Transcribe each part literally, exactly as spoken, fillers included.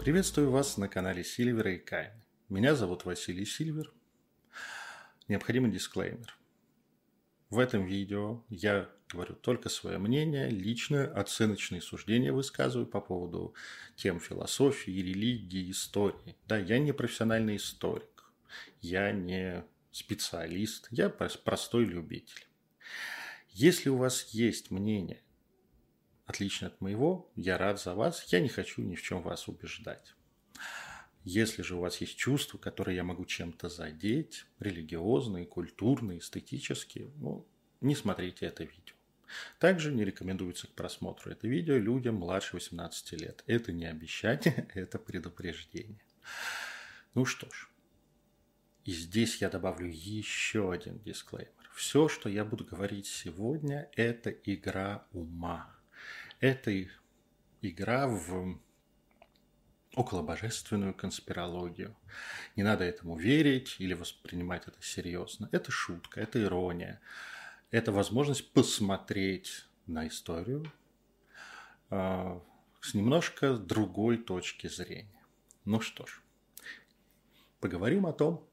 Приветствую вас на канале Сильвера и Кайны. Меня зовут Василий Сильвер. Необходимый дисклеймер. В этом видео я говорю только свое мнение, личное, оценочные суждения высказываю по поводу тем философии, религии, истории. Да, я не профессиональный историк, я не специалист, я простой любитель. Если у вас есть мнение, отлично от моего, я рад за вас, я не хочу ни в чем вас убеждать. Если же у вас есть чувства, которые я могу чем-то задеть, религиозные, культурные, эстетические, ну, не смотрите это видео. Также не рекомендуется к просмотру это видео людям младше восемнадцати лет. Это не обещание, это предупреждение. Ну что ж, и здесь я добавлю еще один дисклеймер. Все, что я буду говорить сегодня, это игра ума. Это игра в околобожественную конспирологию. Не надо этому верить или воспринимать это серьезно. Это шутка, это ирония. Это возможность посмотреть на историю э, с немножко другой точки зрения. Ну что ж, поговорим о том,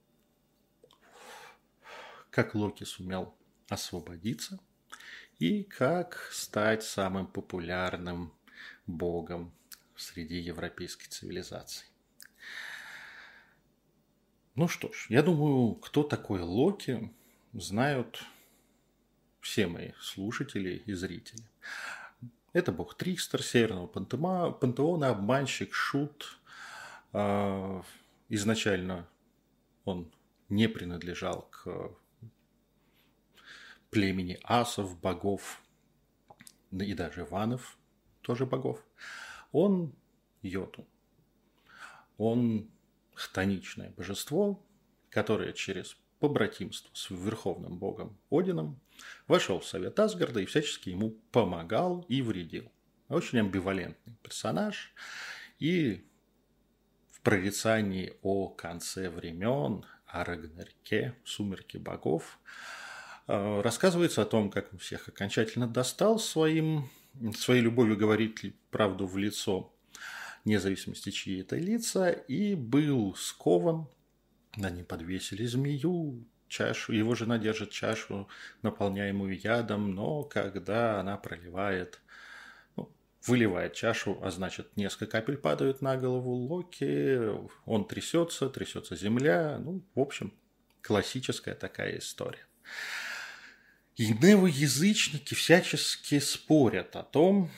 как Локи сумел освободиться и как стать самым популярным богом среди европейской цивилизации. Ну что ж, я думаю, кто такой Локи, знают все мои слушатели и зрители. Это бог Трикстер, Северного пантеона, обманщик, шут. Изначально он не принадлежал к племени асов, богов и даже ванов, тоже богов. Он йотун. Он хтоничное божество, которое через побратимство с верховным богом Одином вошел в совет Асгарда и всячески ему помогал и вредил. Очень амбивалентный персонаж. И в прорицании о конце времен, о Рагнарёке, сумерки богов, рассказывается о том, как он всех окончательно достал своим, своей любовью говорить правду в лицо, вне зависимости, чьи это лица, и был скован, на нем подвесили змею, чашу, его жена держит чашу, наполняемую ядом, но когда она проливает, ну, выливает чашу, а значит, несколько капель падают на голову Локи, он трясется, трясется земля, ну, в общем, классическая такая история. И неоязычники всячески спорят о том,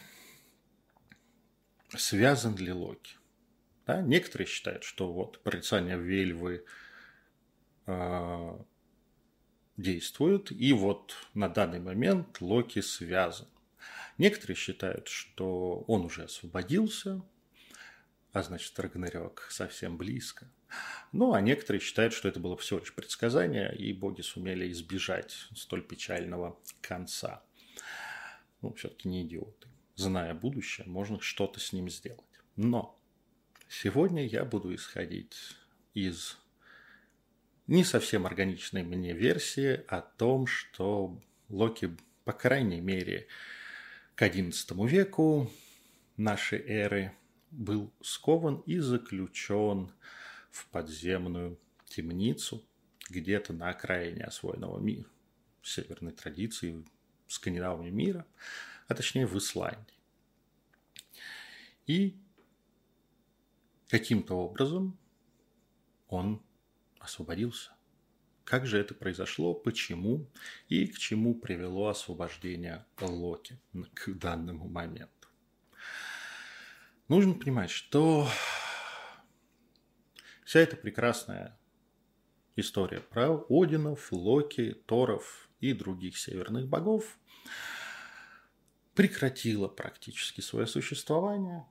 связан ли Локи. Да? Некоторые считают, что вот прорицание Вельвы э, действует, и вот на данный момент Локи связан. Некоторые считают, что он уже освободился, а значит, Рагнарёк совсем близко. Ну, а некоторые считают, что это было всего лишь предсказание, и боги сумели избежать столь печального конца. Ну, все-таки не идиоты. Зная будущее, можно что-то с ним сделать. Но сегодня я буду исходить из не совсем органичной мне версии о том, что Локи, по крайней мере, к одиннадцатому веку нашей эры был скован и заключен в подземную темницу где-то на окраине освоенного мира, северной традиции скандинавного мира, а точнее в Исландии. И каким-то образом он освободился. Как же это произошло, почему и к чему привело освобождение Локи к данному моменту? Нужно понимать, что вся эта прекрасная история про Одинов, Локи, Торов и других северных богов прекратила практически свое существование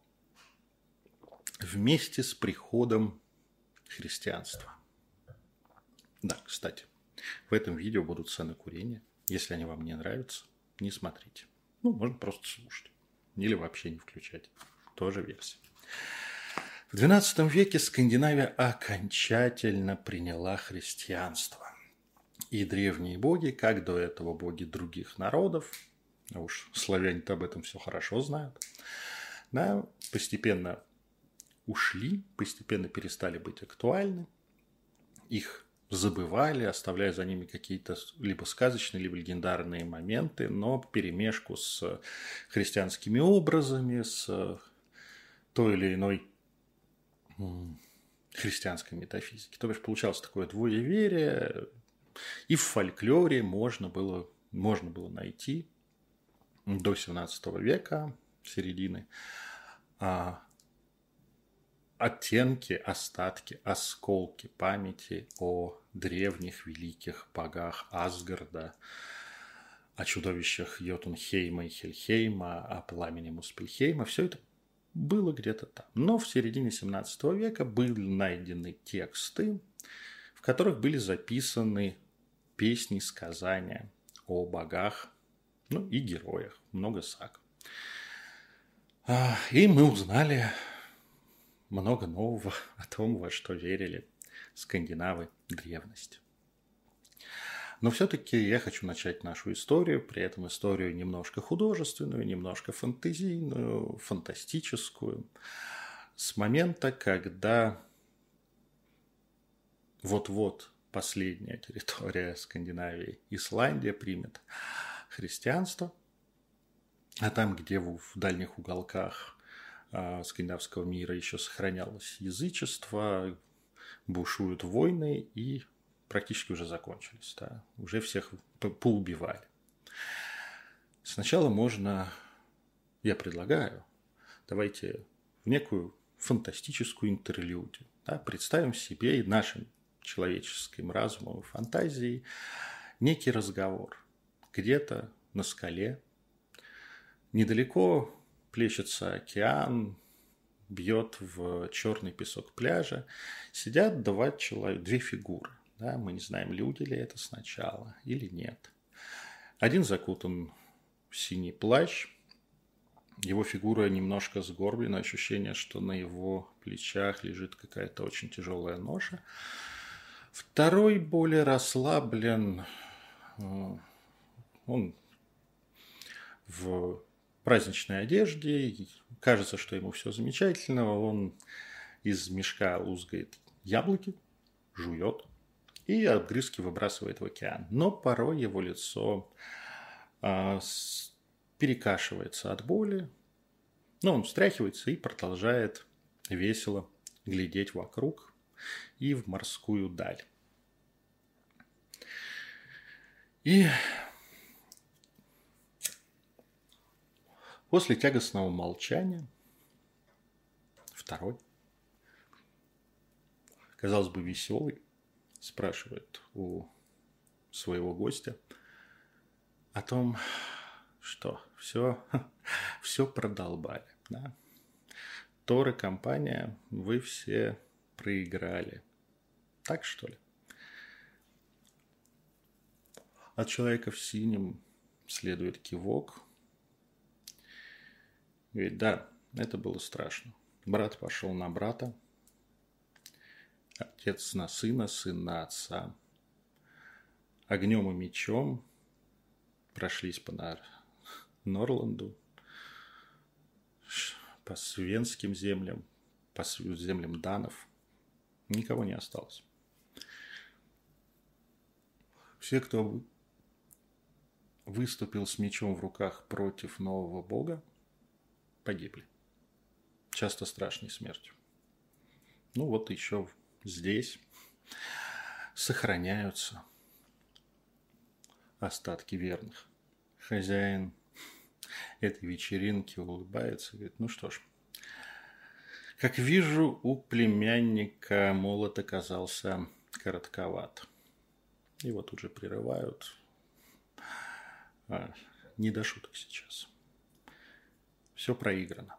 вместе с приходом христианства. Да, кстати, в этом видео будут сцены курения. Если они вам не нравятся, не смотрите. Ну, можно просто слушать. Или вообще не включать. Тоже версия. В двенадцатом веке Скандинавия окончательно приняла христианство. И древние боги, как до этого боги других народов, а уж славяне-то об этом все хорошо знают, да, постепенно ушли, постепенно перестали быть актуальны, их забывали, оставляя за ними какие-то либо сказочные, либо легендарные моменты, но вперемешку с христианскими образами, с той или иной христианской метафизики. То бишь получалось такое двоеверие, и в фольклоре можно было, можно было найти до семнадцатого века, середины, а, оттенки, остатки, осколки памяти о древних великих богах Асгарда, о чудовищах Йотунхейма и Хельхейма, о пламени Муспельхейма. Все это было где-то там. Но в середине семнадцатого века были найдены тексты, в которых были записаны песни, сказания о богах, ну и героях, много саг. И мы узнали много нового о том, во что верили скандинавы древности. Но все-таки я хочу начать нашу историю, при этом историю немножко художественную, немножко фантазийную, фантастическую, с момента, когда вот-вот последняя территория Скандинавии, Исландия, примет христианство, а там, где в дальних уголках э, скандинавского мира еще сохранялось язычество, бушуют войны и практически уже закончились, да, уже всех поубивали. Сначала можно, я предлагаю, давайте в некую фантастическую интерлюдию, да, представим себе и нашим человеческим разумом и фантазией некий разговор. Где-то на скале, недалеко плещется океан, бьет в черный песок пляжа, сидят два человека, две фигуры. Да, мы не знаем, люди ли это сначала или нет. Один закутан в синий плащ, его фигура немножко сгорблена, ощущение, что на его плечах лежит какая-то очень тяжелая ноша. Второй более расслаблен, он в праздничной одежде, кажется, что ему все замечательно, он из мешка лузгает яблоки, жует и отгрызки выбрасывает в океан. Но порой его лицо а, с, перекашивается от боли, но он встряхивается и продолжает весело глядеть вокруг и в морскую даль. И после тягостного молчания второй, казалось бы, веселый, спрашивает у своего гостя о том, что все, все продолбали. Да? Тор и компания, вы все проиграли. Так что ли? От человека в синем следует кивок. Ведь да, это было страшно. Брат пошел на брата, отец на сына, сын на отца. Огнем и мечом прошлись по Норланду, по свенским землям, по землям данов. Никого не осталось. Все, кто выступил с мечом в руках против нового бога, погибли. Часто страшной смертью. Ну вот еще здесь сохраняются остатки верных. Хозяин этой вечеринки улыбается и говорит, ну что ж, как вижу, у племянника молот оказался коротковат. Его тут же прерывают. А, не до шуток сейчас. Все проиграно.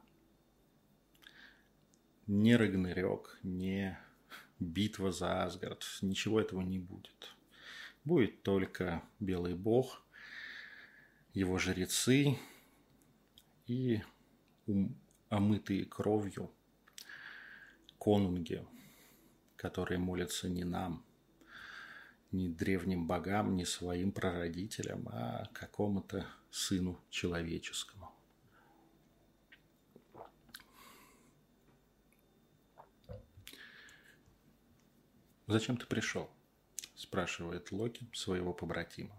Ни Рагнарёк, ни битва за Асгард. Ничего этого не будет. Будет только Белый Бог, его жрецы и омытые кровью конунги, которые молятся не нам, не древним богам, не своим прародителям, а какому-то сыну человеческому. «Зачем ты пришел?» – спрашивает Локи своего побратима.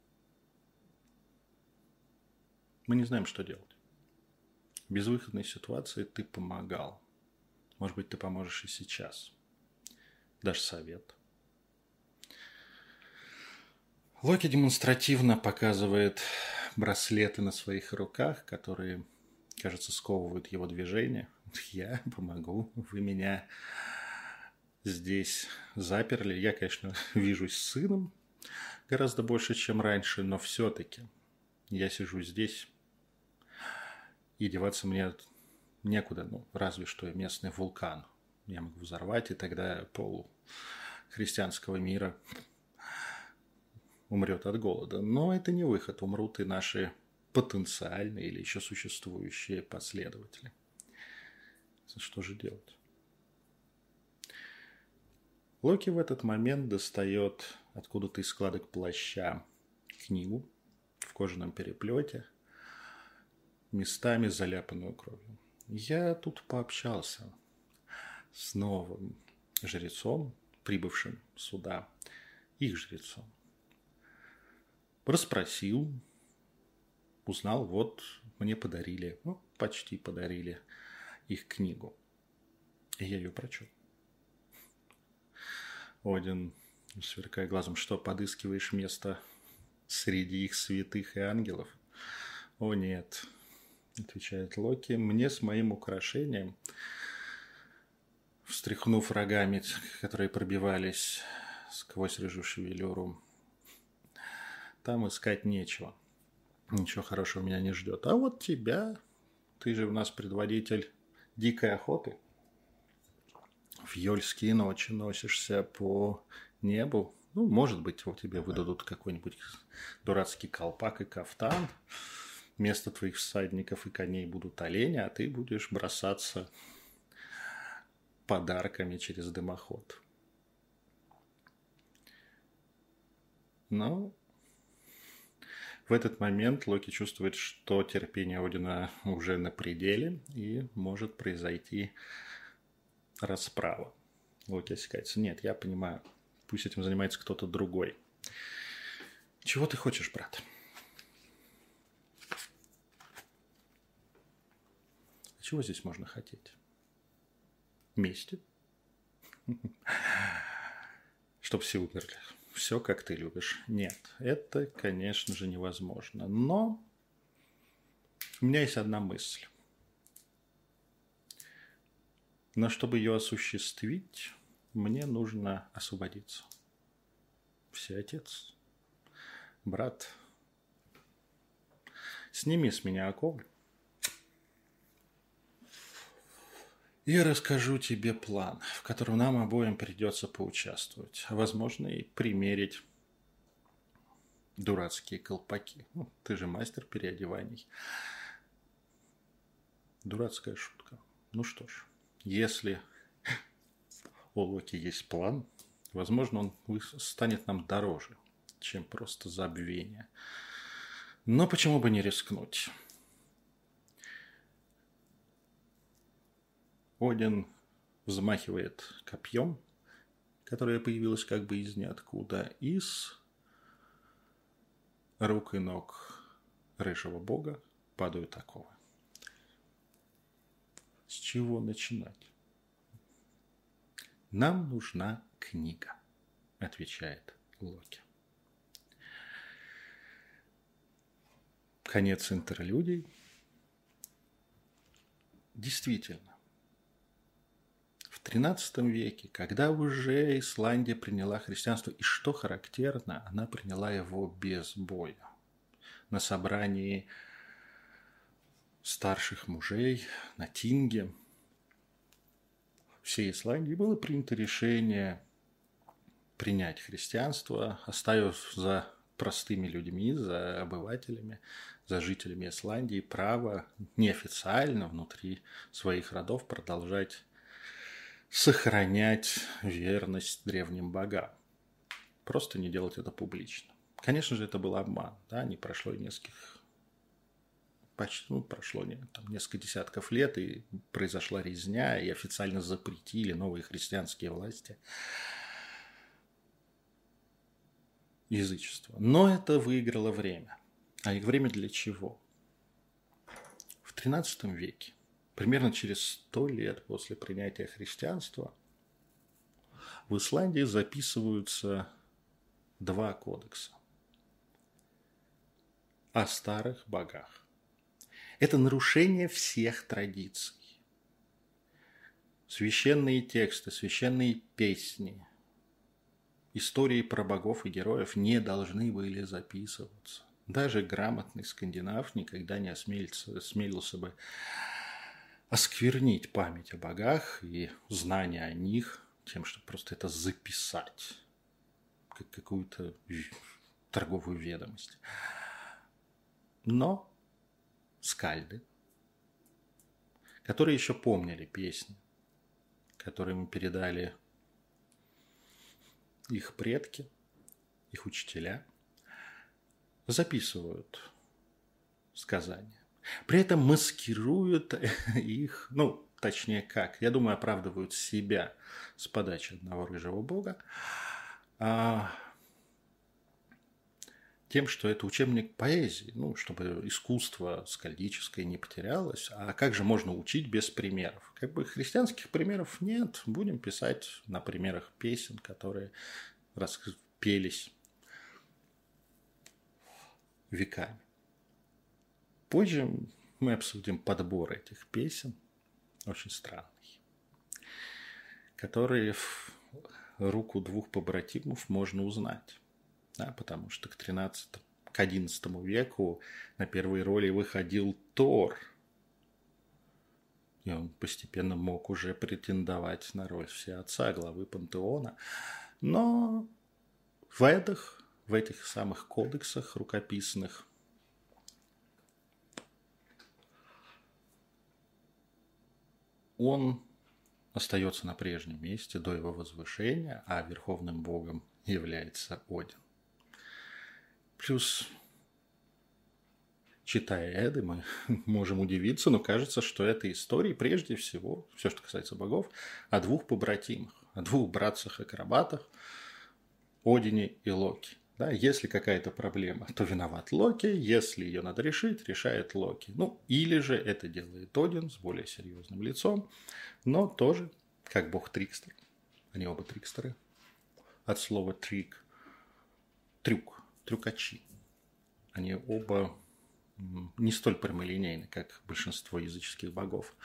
Мы не знаем, что делать. В безвыходной ситуации ты помогал. Может быть, ты поможешь и сейчас. Дашь совет. Локи демонстративно показывает браслеты на своих руках, которые, кажется, сковывают его движение. Я помогу, вы меня здесь заперли. Я, конечно, вижусь с сыном гораздо больше, чем раньше, но все-таки я сижу здесь, и деваться мне некуда, ну, разве что местный вулкан. Я могу взорвать, и тогда пол христианского мира умрет от голода. Но это не выход, умрут и наши потенциальные или еще существующие последователи. Что же делать? Локи в этот момент достает откуда-то из складок плаща книгу в кожаном переплете, местами заляпанную кровью. Я тут пообщался с новым жрецом, прибывшим сюда, их жрецом. Расспросил, узнал, вот мне подарили, ну, почти подарили их книгу. И я ее прочел. Один, сверкая глазом, что, подыскиваешь место среди их святых и ангелов? О, нет, отвечает Локи, мне с моим украшением, встряхнув рогами, которые пробивались сквозь рыжую шевелюру, там искать нечего. Ничего хорошего меня не ждет. А вот тебя, ты же у нас предводитель дикой охоты. В ёльские ночи носишься по небу. Ну, может быть, вот тебе выдадут какой-нибудь дурацкий колпак и кафтан. Вместо твоих всадников и коней будут олени, а ты будешь бросаться подарками через дымоход. Но в этот момент Локи чувствует, что терпение Одина уже на пределе и может произойти расправа. Локи осекается. Нет, я понимаю. Пусть этим занимается кто-то другой. Чего ты хочешь, брат? Чего здесь можно хотеть? Мести? Чтоб все умерли. Все, как ты любишь. Нет, это, конечно же, невозможно. Но у меня есть одна мысль. Но чтобы ее осуществить, мне нужно освободиться. Всеотец, брат, сними с меня оковы. Я расскажу тебе план, в котором нам обоим придется поучаствовать, а возможно и примерить дурацкие колпаки. Ну, ты же мастер переодеваний. Дурацкая шутка. Ну что ж, если у Локи есть план, возможно, он станет нам дороже, чем просто забвение. Но почему бы не рискнуть? Один взмахивает копьем, которое появилось как бы из ниоткуда, из рук и ног рыжего бога падают оковы. С чего начинать? Нам нужна книга, отвечает Локи. Конец интерлюдий. Действительно, в тринадцатом веке, когда уже Исландия приняла христианство, и что характерно, она приняла его без боя. На собрании старших мужей, на Тинге всей Исландии было принято решение принять христианство, оставив за простыми людьми, за обывателями, за жителями Исландии право неофициально внутри своих родов продолжать сохранять верность древним богам. Просто не делать это публично. Конечно же, это был обман. Да? Не прошло и нескольких, почти, ну, прошло не, там, несколько десятков лет, и произошла резня, и официально запретили новые христианские власти язычества. Но это выиграло время. А и время для чего? В тринадцатом веке, примерно через сто лет после принятия христианства, в Исландии записываются два кодекса о старых богах. Это нарушение всех традиций. Священные тексты, священные песни, истории про богов и героев не должны были записываться. Даже грамотный скандинав никогда не осмелился, осмелился бы осквернить память о богах и знания о них тем, чтобы просто это записать, как какую-то торговую ведомость. Но скальды, которые еще помнили песни, которые им передали их предки, их учителя, записывают сказания. При этом маскируют их, ну, точнее как, я думаю, оправдывают себя с подачи одного рыжего бога, а, тем, что это учебник поэзии, ну, чтобы искусство скальдическое не потерялось. А как же можно учить без примеров? Как бы христианских примеров нет, будем писать на примерах песен, которые распелись веками. Позже мы обсудим подбор этих песен, очень странный, которые в руку двух побратимов можно узнать. Да, потому что к тринадцатому, к одиннадцатому веку на первые роли выходил Тор. И он постепенно мог уже претендовать на роль всеотца, главы пантеона. Но в Эдах, в этих самых кодексах рукописных, он остается на прежнем месте до его возвышения, а верховным богом является Один. Плюс, читая Эды, мы можем удивиться, но кажется, что это истории прежде всего, все, что касается богов, о двух побратимах, о двух братцах-акробатах, Одине и Локи. Да, если какая-то проблема, то виноват Локи, если ее надо решить, решает Локи. Ну, или же это делает Один с более серьезным лицом, но тоже как бог-трикстер. Они оба трикстеры. От слова трик – трюк, трюкачи. Они оба не столь прямолинейны, как большинство языческих богов.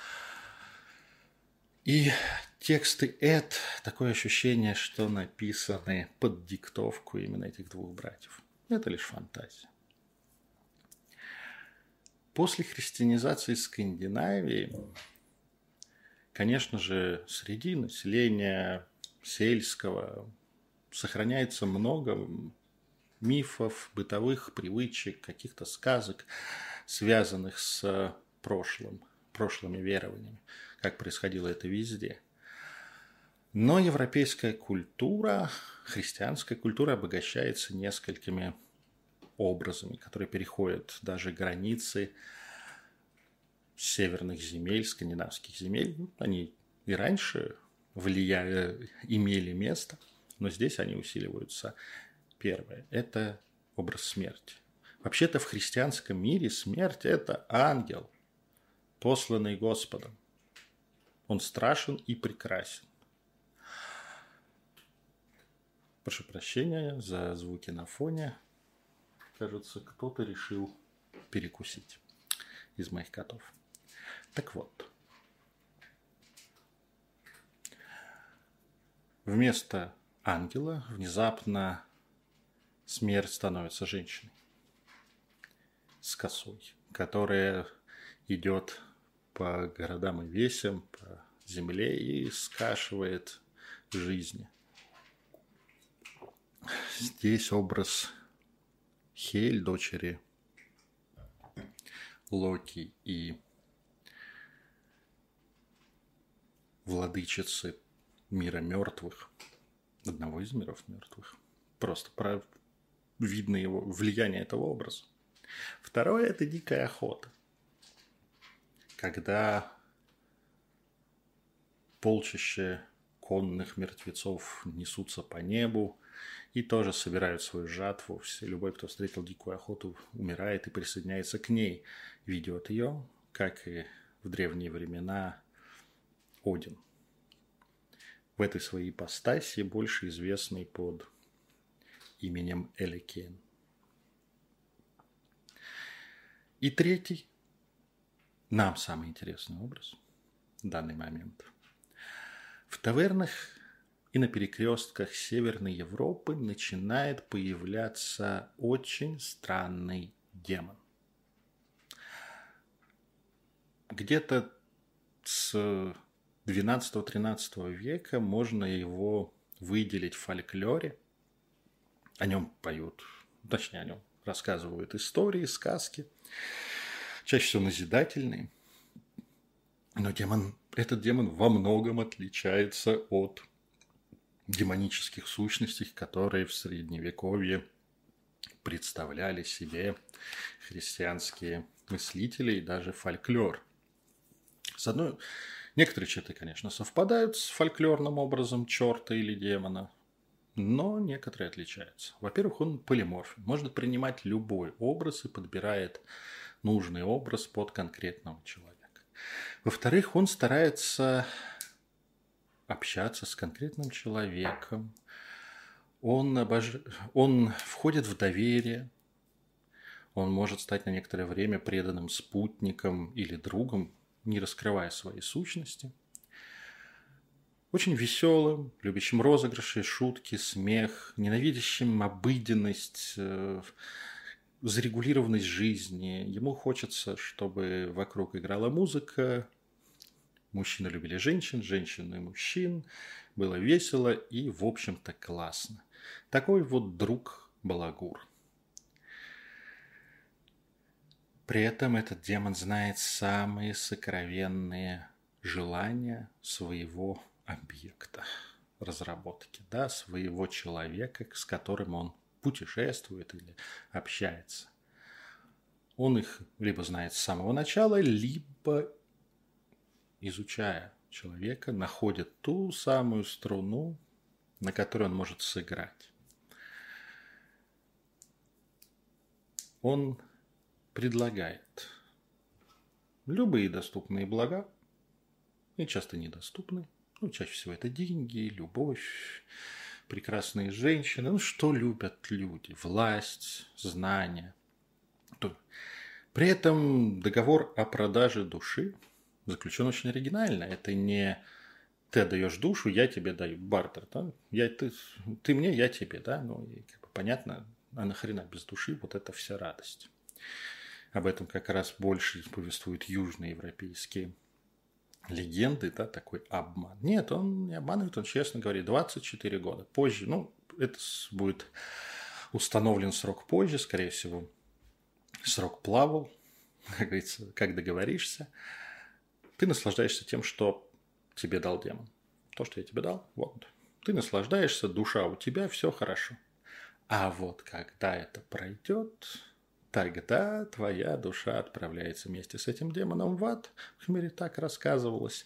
И тексты Эд, такое ощущение, что написаны под диктовку именно этих двух братьев. Это лишь фантазия. После христианизации Скандинавии, конечно же, среди населения сельского сохраняется много мифов, бытовых привычек, каких-то сказок, связанных с прошлым, прошлыми верованиями, как происходило это везде. Но европейская культура, христианская культура обогащается несколькими образами, которые переходят даже границы северных земель, скандинавских земель. Они и раньше влияя, имели место, но здесь они усиливаются. Первое – это образ смерти. Вообще-то в христианском мире смерть – это ангел, посланный Господом. Он страшен и прекрасен. Прошу прощения за звуки на фоне. Кажется, кто-то решил перекусить из моих котов. Так вот. Вместо ангела внезапно смерть становится женщиной с косой, которая идет по городам и весям, по земле и скашивает жизни. Здесь образ Хель, дочери Локи и владычицы мира мертвых, одного из миров мертвых. Просто про... видно его влияние этого образа. Второе – это дикая охота. Когда полчища конных мертвецов несутся по небу, и тоже собирают свою жатву. Все, любой, кто встретил дикую охоту, умирает и присоединяется к ней, ведет ее, как и в древние времена Один. В этой своей ипостаси, больше известный под именем Элекен. И третий, нам самый интересный образ в данный момент. В тавернах и на перекрестках Северной Европы начинает появляться очень странный демон. Где-то с двенадцатого-тринадцатого века можно его выделить в фольклоре. О нем поют, точнее, о нем рассказывают истории, сказки, чаще всего назидательные. Но демон, этот демон во многом отличается от демонических сущностей, которые в Средневековье представляли себе христианские мыслители и даже фольклор. С одной, некоторые черты, конечно, совпадают с фольклорным образом черта или демона, но некоторые отличаются. Во-первых, он полиморфен, может принимать любой образ и подбирает нужный образ под конкретного человека. Во-вторых, он старается общаться с конкретным человеком, он, обож... он входит в доверие, он может стать на некоторое время преданным спутником или другом, не раскрывая своей сущности. Очень веселым, любящим розыгрыши, шутки, смех, ненавидящим обыденность, зарегулированность жизни. Ему хочется, чтобы вокруг играла музыка, мужчины любили женщин, женщины мужчин, было весело и, в общем-то, классно. Такой вот друг Балагур. При этом этот демон знает самые сокровенные желания своего объекта разработки, да, своего человека, с которым он путешествует или общается. Он их либо знает с самого начала, либо, изучая человека, находит ту самую струну, на которой он может сыграть. Он предлагает любые доступные блага и часто недоступные. Ну, чаще всего это деньги, любовь, прекрасные женщины. Ну, что любят люди? Власть, знания. При этом договор о продаже души заключен очень оригинально. Это не ты отдаешь душу, я тебе даю бартер. Да? Я, ты, ты мне, я тебе. Да? Ну, и, как бы, понятно, а нахрена без души вот эта вся радость. Об этом как раз больше повествуют южноевропейские легенды, да, такой обман. Нет, он не обманывает, он честно говорит, двадцать четыре года. Позже, ну, это будет установлен срок позже, скорее всего, срок плавал, как говорится, как договоришься. Ты наслаждаешься тем, что тебе дал демон. То, что я тебе дал, вот. Ты наслаждаешься, душа у тебя, все хорошо. А вот когда это пройдет, тогда твоя душа отправляется вместе с этим демоном в ад. В мире так рассказывалось.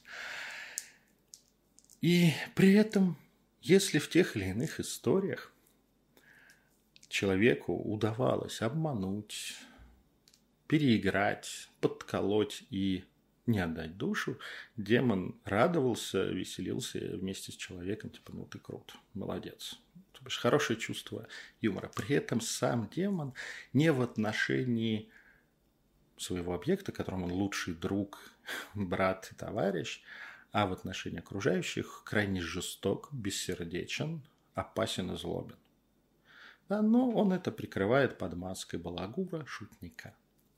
И при этом, если в тех или иных историях человеку удавалось обмануть, переиграть, подколоть и не отдать душу, демон радовался, веселился вместе с человеком, типа, ну ты крут, молодец. То бишь, хорошее чувство юмора. При этом сам демон не в отношении своего объекта, которому он лучший друг, брат и товарищ, а в отношении окружающих крайне жесток, бессердечен, опасен и злобен. Да, но он это прикрывает под маской балагура, шутника.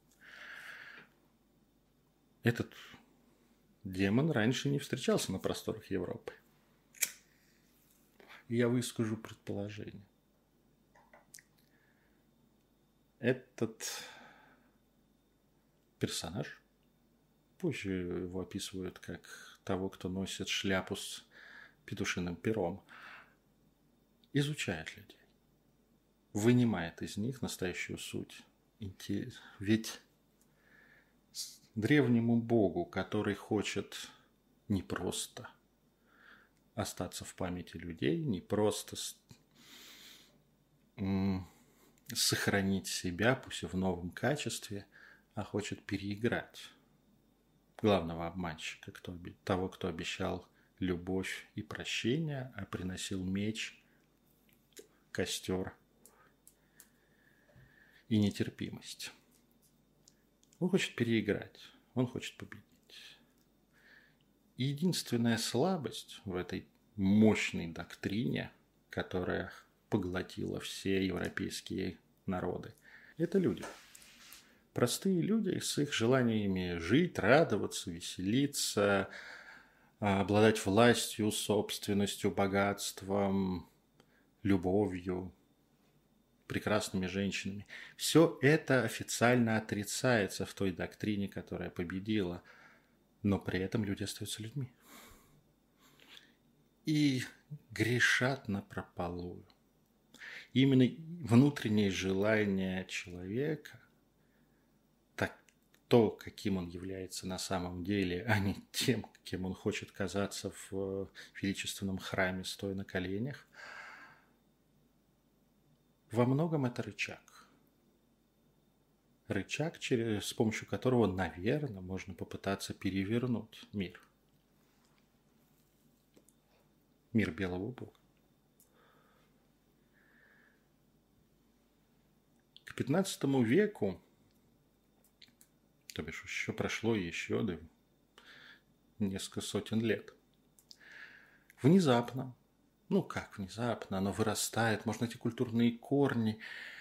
Этот демон раньше не встречался на просторах Европы. Я выскажу предположение. Этот персонаж, позже его описывают как того, кто носит шляпу с петушиным пером, изучает людей, вынимает из них настоящую суть. Ведь древнему богу, который хочет не просто остаться в памяти людей, не просто м, сохранить себя, пусть и в новом качестве, а хочет переиграть главного обманщика, кто, оби- того, кто обещал любовь и прощение, а приносил меч, костер и нетерпимость. Он хочет переиграть, он хочет победить. И единственная слабость в этой мощной доктрине, которая поглотила все европейские народы, это люди. Простые люди с их желаниями жить, радоваться, веселиться, обладать властью, собственностью, богатством, любовью, прекрасными женщинами. Все это официально отрицается в той доктрине, которая победила, но при этом люди остаются людьми. И грешат напропалую. Именно внутреннее желание человека, так, то, каким он является на самом деле, а не тем, кем он хочет казаться в величественном храме, стоя на коленях, во многом это рычаг. Рычаг, через, с помощью которого, наверное, можно попытаться перевернуть мир. Мир белого бога. К пятнадцатому веку, то бишь еще прошло еще да, несколько сотен лет, внезапно, ну как внезапно, оно вырастает, может найти культурные корни,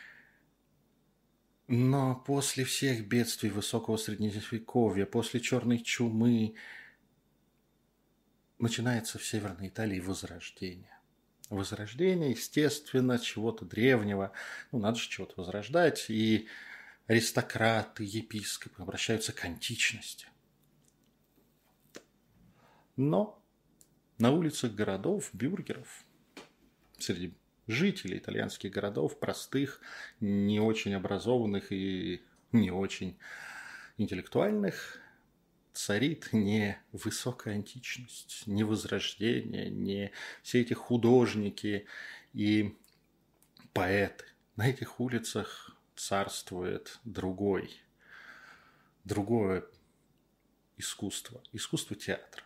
но после всех бедствий высокого средневековья, после черной чумы, начинается в Северной Италии возрождение. Возрождение, естественно, чего-то древнего. Ну, надо же чего-то возрождать. И аристократы, епископы обращаются к античности. Но на улицах городов, бюргеров, среди жителей итальянских городов, простых, не очень образованных и не очень интеллектуальных, царит не высокая античность, не возрождение, не все эти художники и поэты. На этих улицах царствует другой, другое искусство, искусство театра.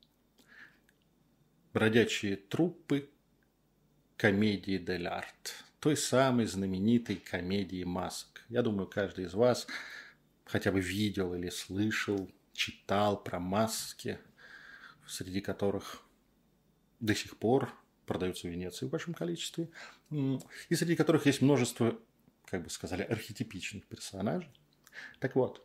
Бродячие труппы комедии дель арт, той самой знаменитой комедии масок. Я думаю, каждый из вас хотя бы видел или слышал, читал про маски, среди которых до сих пор продаются в Венеции в большом количестве, и среди которых есть множество, как бы сказали, архетипичных персонажей. Так вот,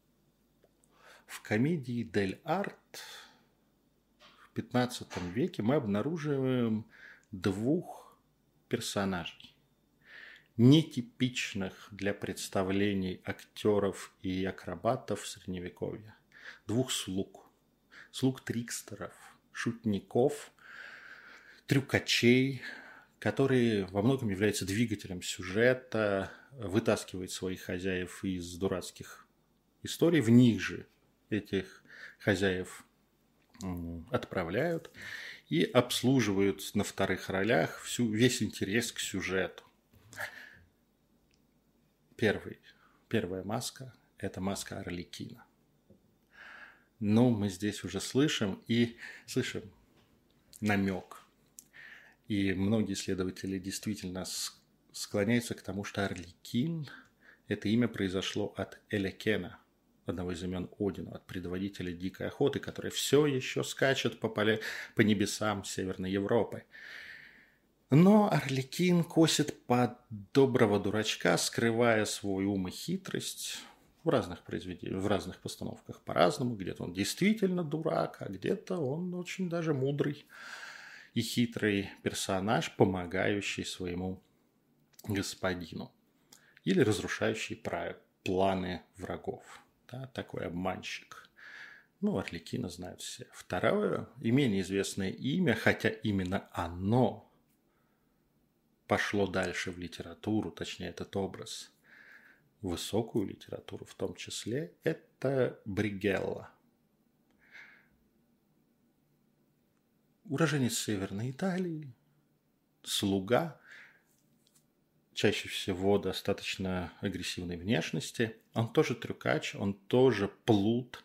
в комедии дель арт в пятнадцатом веке мы обнаруживаем двух персонажей, нетипичных для представлений актеров и акробатов средневековья. Двух слуг. Слуг-трикстеров, шутников, трюкачей, которые во многом являются двигателем сюжета, вытаскивают своих хозяев из дурацких историй, в них же этих хозяев отправляют и обслуживают на вторых ролях всю, весь интерес к сюжету. Первый, первая маска – это маска Арлекина. Но мы здесь уже слышим и слышим намек. И многие исследователи действительно склоняются к тому, что Арлекин – это имя произошло от Элекена, одного из имен Одина, от предводителя дикой охоты, который все еще скачет по, поле, по небесам Северной Европы. Но Арлекин косит под доброго дурачка, скрывая свой ум и хитрость в разных произведениях, в разных постановках по-разному. Где-то он действительно дурак, а где-то он очень даже мудрый и хитрый персонаж, помогающий своему господину или разрушающий планы врагов. Да, такой обманщик. Ну, Арлекина знают все. Второе, и менее известное имя, хотя именно оно пошло дальше в литературу, точнее этот образ, высокую литературу в том числе, это Бригелла. Уроженец Северной Италии, слуга, чаще всего достаточно агрессивной внешности. Он тоже трюкач, он тоже плут,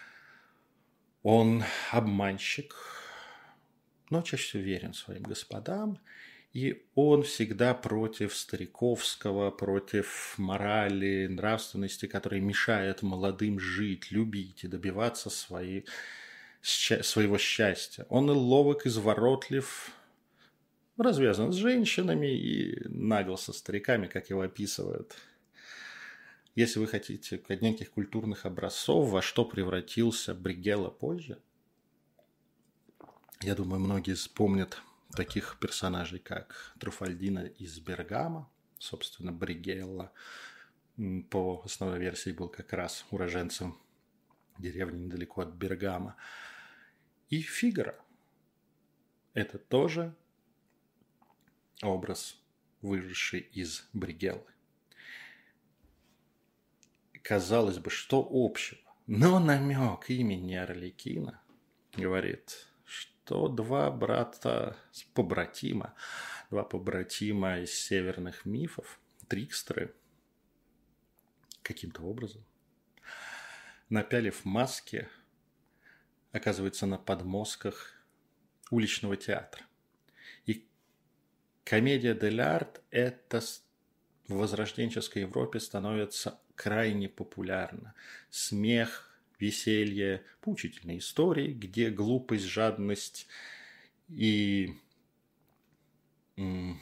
он обманщик, но чаще всего верен своим господам. И он всегда против стариковского, против морали, нравственности, которые мешают молодым жить, любить и добиваться своей, своего счастья. Он и ловок, изворотлив, развязан с женщинами и нагл со стариками, как его описывают. Если вы хотите неких культурных образцов, во что превратился Бригелла позже, я думаю, многие вспомнят таких персонажей, как Труфальдино из Бергама. Собственно, Бригелла по основной версии был как раз уроженцем деревни недалеко от Бергама. И Фигаро. Это тоже образ, выросший из Бригеллы. Казалось бы, что общего? Но намек имени Арлекина говорит, что два брата побратима, два побратима из северных мифов, трикстеры, каким-то образом, напялив маски, оказываются на подмостках уличного театра. И комедия дель арт это в возрожденческой Европе становится крайне популярна. Смех, веселье, поучительные истории, где глупость, жадность и м,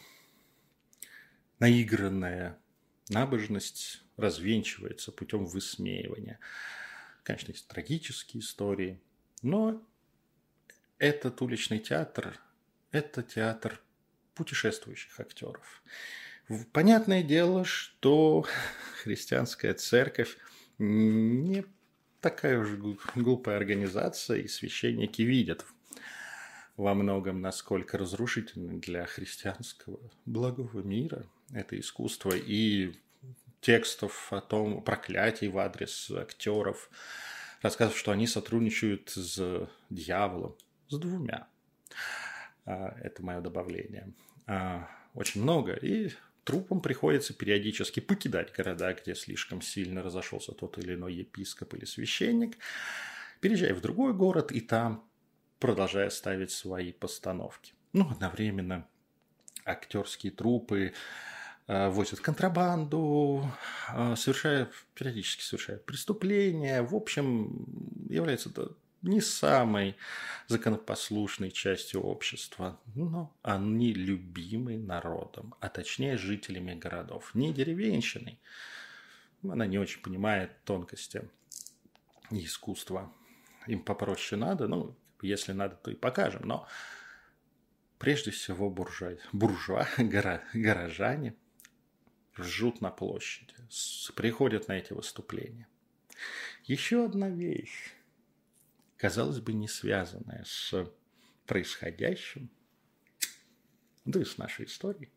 наигранная набожность развенчивается путем высмеивания. Конечно, есть трагические истории, но этот уличный театр – это театр путешествующих актеров. Понятное дело, что христианская церковь не такая уж глупая организация, и священники видят во многом, насколько разрушительно для христианского благого мира это искусство, и текстов о том, проклятий в адрес актеров, рассказов, что они сотрудничают с дьяволом, с двумя. Это мое добавление. Очень много, и трупам приходится периодически покидать города, где слишком сильно разошелся тот или иной епископ или священник, переезжая в другой город и там продолжая ставить свои постановки. Ну, одновременно актерские труппы э, возят контрабанду, э, совершают, периодически совершают преступления. В общем, является это не самой законопослушной частью общества, но они любимы народом, а точнее жителями городов, не деревенщиной. Она не очень понимает тонкости искусства. Им попроще надо, ну, если надо, то и покажем, но прежде всего буржуа, буржуа горо, горожане ржут на площади, приходят на эти выступления. Еще одна вещь, казалось бы, не связанная с происходящим, да и с нашей историей,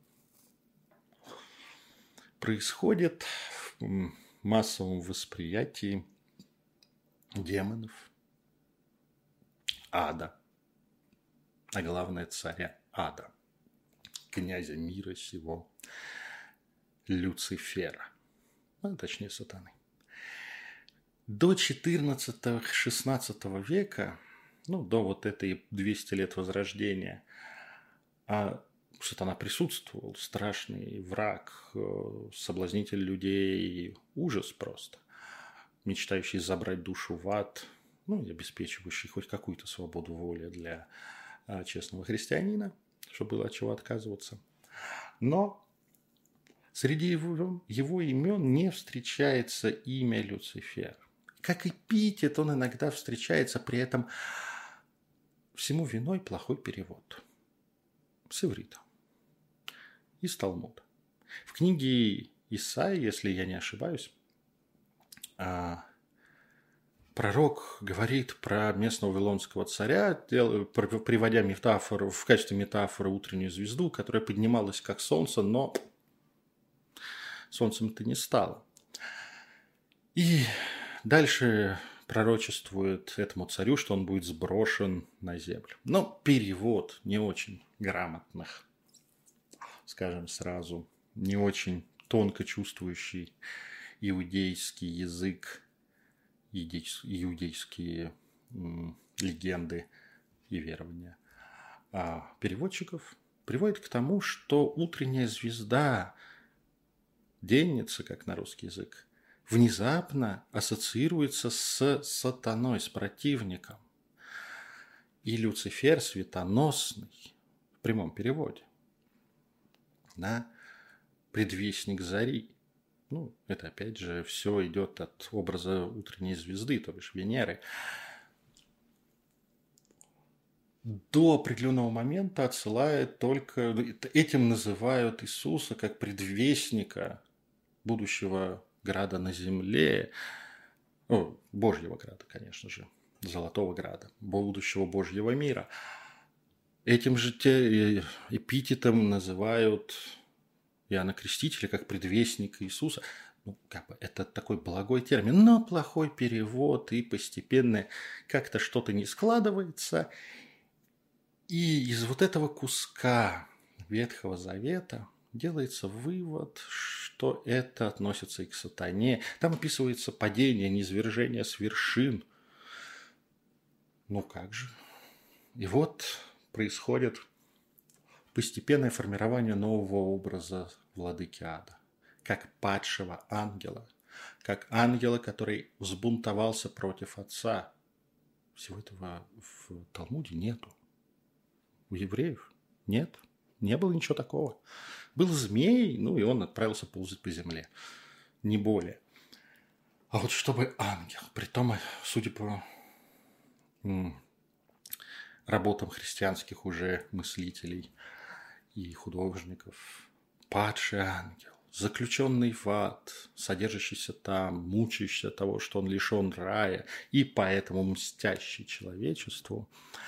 происходит в массовом восприятии демонов, ада, а главное царя ада, князя мира сего, Люцифера, а точнее сатаны. До четырнадцатого-шестнадцатого века, ну, до вот этой двухсот лет Возрождения, а сатана присутствовал, страшный враг, соблазнитель людей, ужас просто, мечтающий забрать душу в ад, ну, и обеспечивающий хоть какую-то свободу воли для а, честного христианина, чтобы было от чего отказываться. Но среди его, его имен не встречается имя Люцифер. Как эпитет он иногда встречается, при этом всему виной плохой перевод с иврита, из Талмуда. В книге Исаии, если я не ошибаюсь, пророк говорит про местного вавилонского царя, приводя метафору, в качестве метафоры утреннюю звезду, которая поднималась как солнце, но солнцем это не стало. И дальше пророчествует этому царю, что он будет сброшен на землю. Но перевод не очень грамотных, скажем сразу, не очень тонко чувствующий иудейский язык, иудейские м, легенды и верования а переводчиков, приводит к тому, что утренняя звезда, денница, как на русский язык, внезапно ассоциируется с сатаной, с противником. И Люцифер светоносный, в прямом переводе, да, предвестник зари. Ну, это опять же все идет от образа утренней звезды, то бишь Венеры. До определенного момента отсылает только... Этим называют Иисуса как предвестника будущего града на земле. О, Божьего града, конечно же. Золотого града. Будущего Божьего мира. Этим же те эпитетом называют Иоанна Крестителя как предвестника Иисуса. Ну, как бы это такой благой термин, но плохой перевод, и постепенно как-то что-то не складывается. И из вот этого куска Ветхого Завета делается вывод, что это относится и к сатане. Там описывается падение, низвержение с вершин. Ну как же? И вот происходит постепенное формирование нового образа владыки ада, как падшего ангела, как ангела, который взбунтовался против отца. Всего этого в Талмуде нету. У евреев нет, не было ничего такого. Был змей, ну и он отправился ползать по земле, не более. А вот чтобы ангел, притом, судя по м, работам христианских уже мыслителей и художников, падший ангел, заключенный в ад, содержащийся там, мучающийся от того, что он лишен рая, и поэтому мстящий человечеству,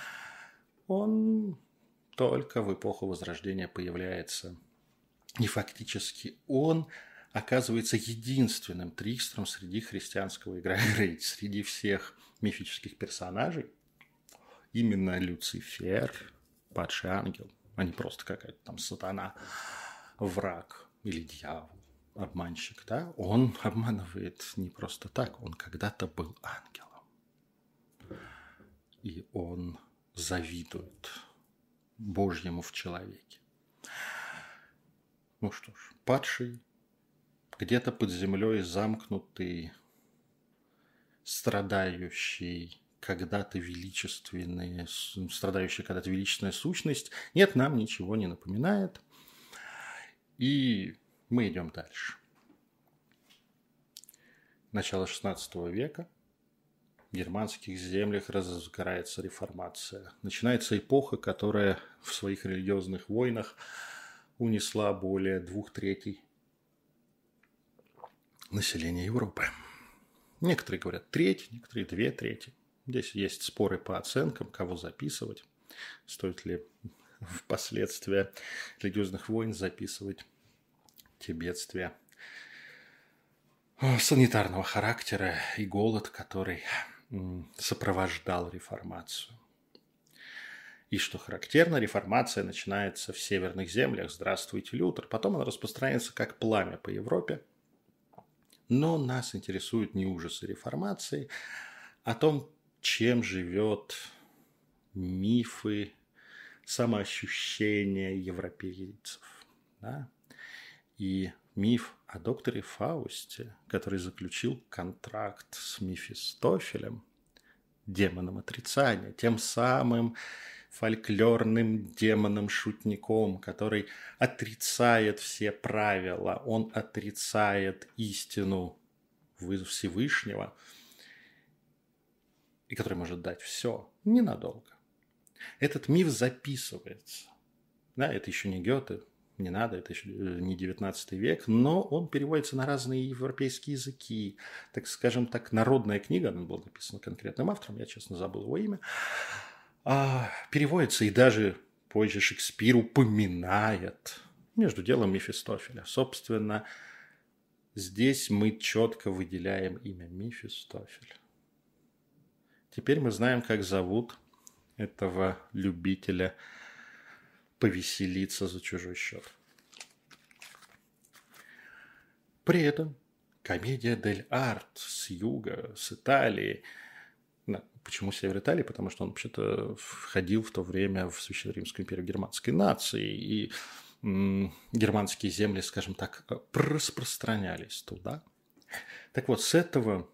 он только в эпоху Возрождения появляется. И фактически он оказывается единственным трикстером среди христианского игры, среди всех мифических персонажей. Именно Люцифер, падший ангел, а не просто какая-то там сатана, враг или дьявол, обманщик, да? Он обманывает не просто так, он когда-то был ангелом. И он завидует Божьему в человеке. Ну что ж, падший, где-то под землей замкнутый, страдающий когда-то величественный, страдающая когда-то величественная сущность, нет, нам ничего не напоминает. И мы идем дальше. Начало шестнадцатого века. В германских землях разгорается реформация. Начинается эпоха, которая в своих религиозных войнах унесла более двух третей населения Европы. Некоторые говорят треть, некоторые две трети. Здесь есть споры по оценкам, кого записывать. Стоит ли впоследствии религиозных войн записывать те бедствия санитарного характера и голод, который сопровождал реформацию. И что характерно, реформация начинается в северных землях, здравствуйте, Лютер, потом она распространяется как пламя по Европе. Но нас интересуют не ужасы реформации, а том, чем живет мифы, самоощущение европейцев. Да? И миф о докторе Фаусте, который заключил контракт с Мефистофелем, демоном отрицания, тем самым фольклорным демоном-шутником, который отрицает все правила, он отрицает истину Всевышнего, и который может дать все ненадолго. Этот миф записывается. Да, это еще не Гёте, не надо, это еще не девятнадцатый век, но он переводится на разные европейские языки. Так скажем так, народная книга, она была написана конкретным автором, я, честно, забыл его имя, а, переводится и даже позже Шекспир упоминает между делом Мефистофеля. Собственно, здесь мы четко выделяем имя Мефистофель. Теперь мы знаем, как зовут этого любителя повеселиться за чужой счет. При этом комедия дель арт с юга, с Италии. Да, почему север Италии? Потому что он вообще-то входил в то время в Священную Римскую империю германской нации, и м, германские земли, скажем так, распространялись туда. Так вот, с этого,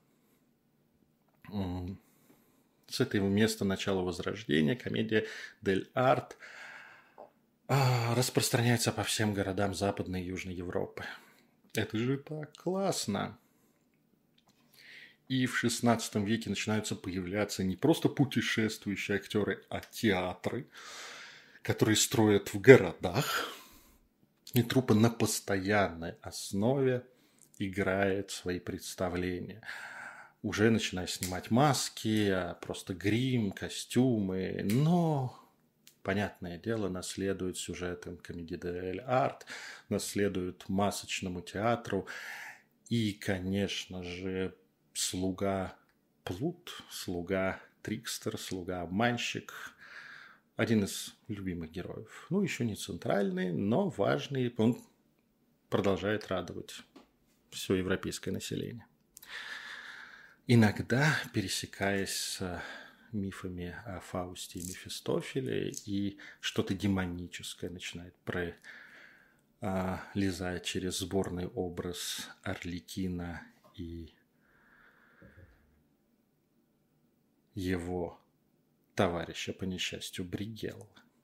м, с этого места начала Возрождения комедия дель арт а, распространяется по всем городам Западной и Южной Европы. Это же так классно! И в шестнадцатом веке начинаются появляться не просто путешествующие актеры, а театры, которые строят в городах. И труппа на постоянной основе играет свои представления. Уже начиная снимать маски, просто грим, костюмы. Но, понятное дело, наследует сюжетам комедии дель арт, наследует масочному театру. И, конечно же, слуга Плут, слуга Трикстер, слуга Обманщик. Один из любимых героев. Ну, еще не центральный, но важный. Он продолжает радовать все европейское население. Иногда, пересекаясь с мифами о Фаусте и Мефистофеле, и что-то демоническое начинает пролезать через сборный образ Арлекина и его товарища по несчастью Бригелла.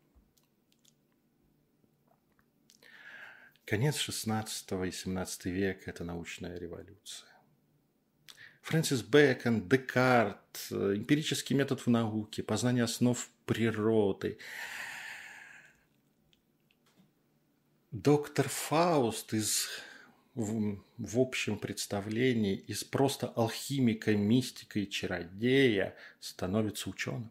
Конец шестнадцатого и семнадцатый век – это научная революция. Фрэнсис Бэкон, Декарт, эмпирический метод в науке, познание основ природы. Доктор Фауст из, в, в общем представлении из просто алхимика, мистика и чародея становится ученым.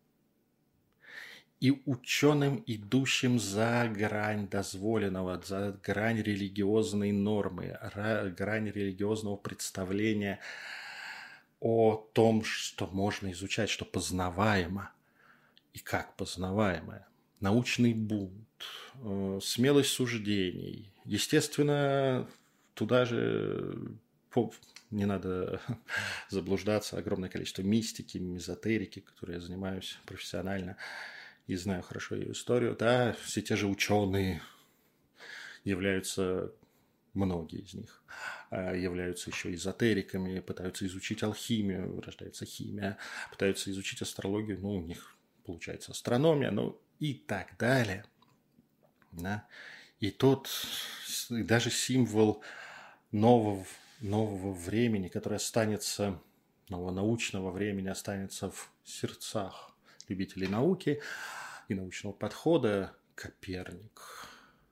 И ученым, идущим за грань дозволенного, за грань религиозной нормы, грань религиозного представления о том, что можно изучать, что познаваемо и как познаваемое. Научный бунт, смелость суждений. Естественно, туда же не надо заблуждаться, огромное количество мистики, мезотерики, которой я занимаюсь профессионально и знаю хорошо ее историю. Да, все те же ученые являются, многие из них, являются еще эзотериками, пытаются изучить алхимию, рождается химия, пытаются изучить астрологию, ну, у них получается астрономия, ну, и так далее. Да. И тот, и даже символ нового, нового времени, который останется, нового научного времени останется в сердцах любителей науки и научного подхода, Коперник.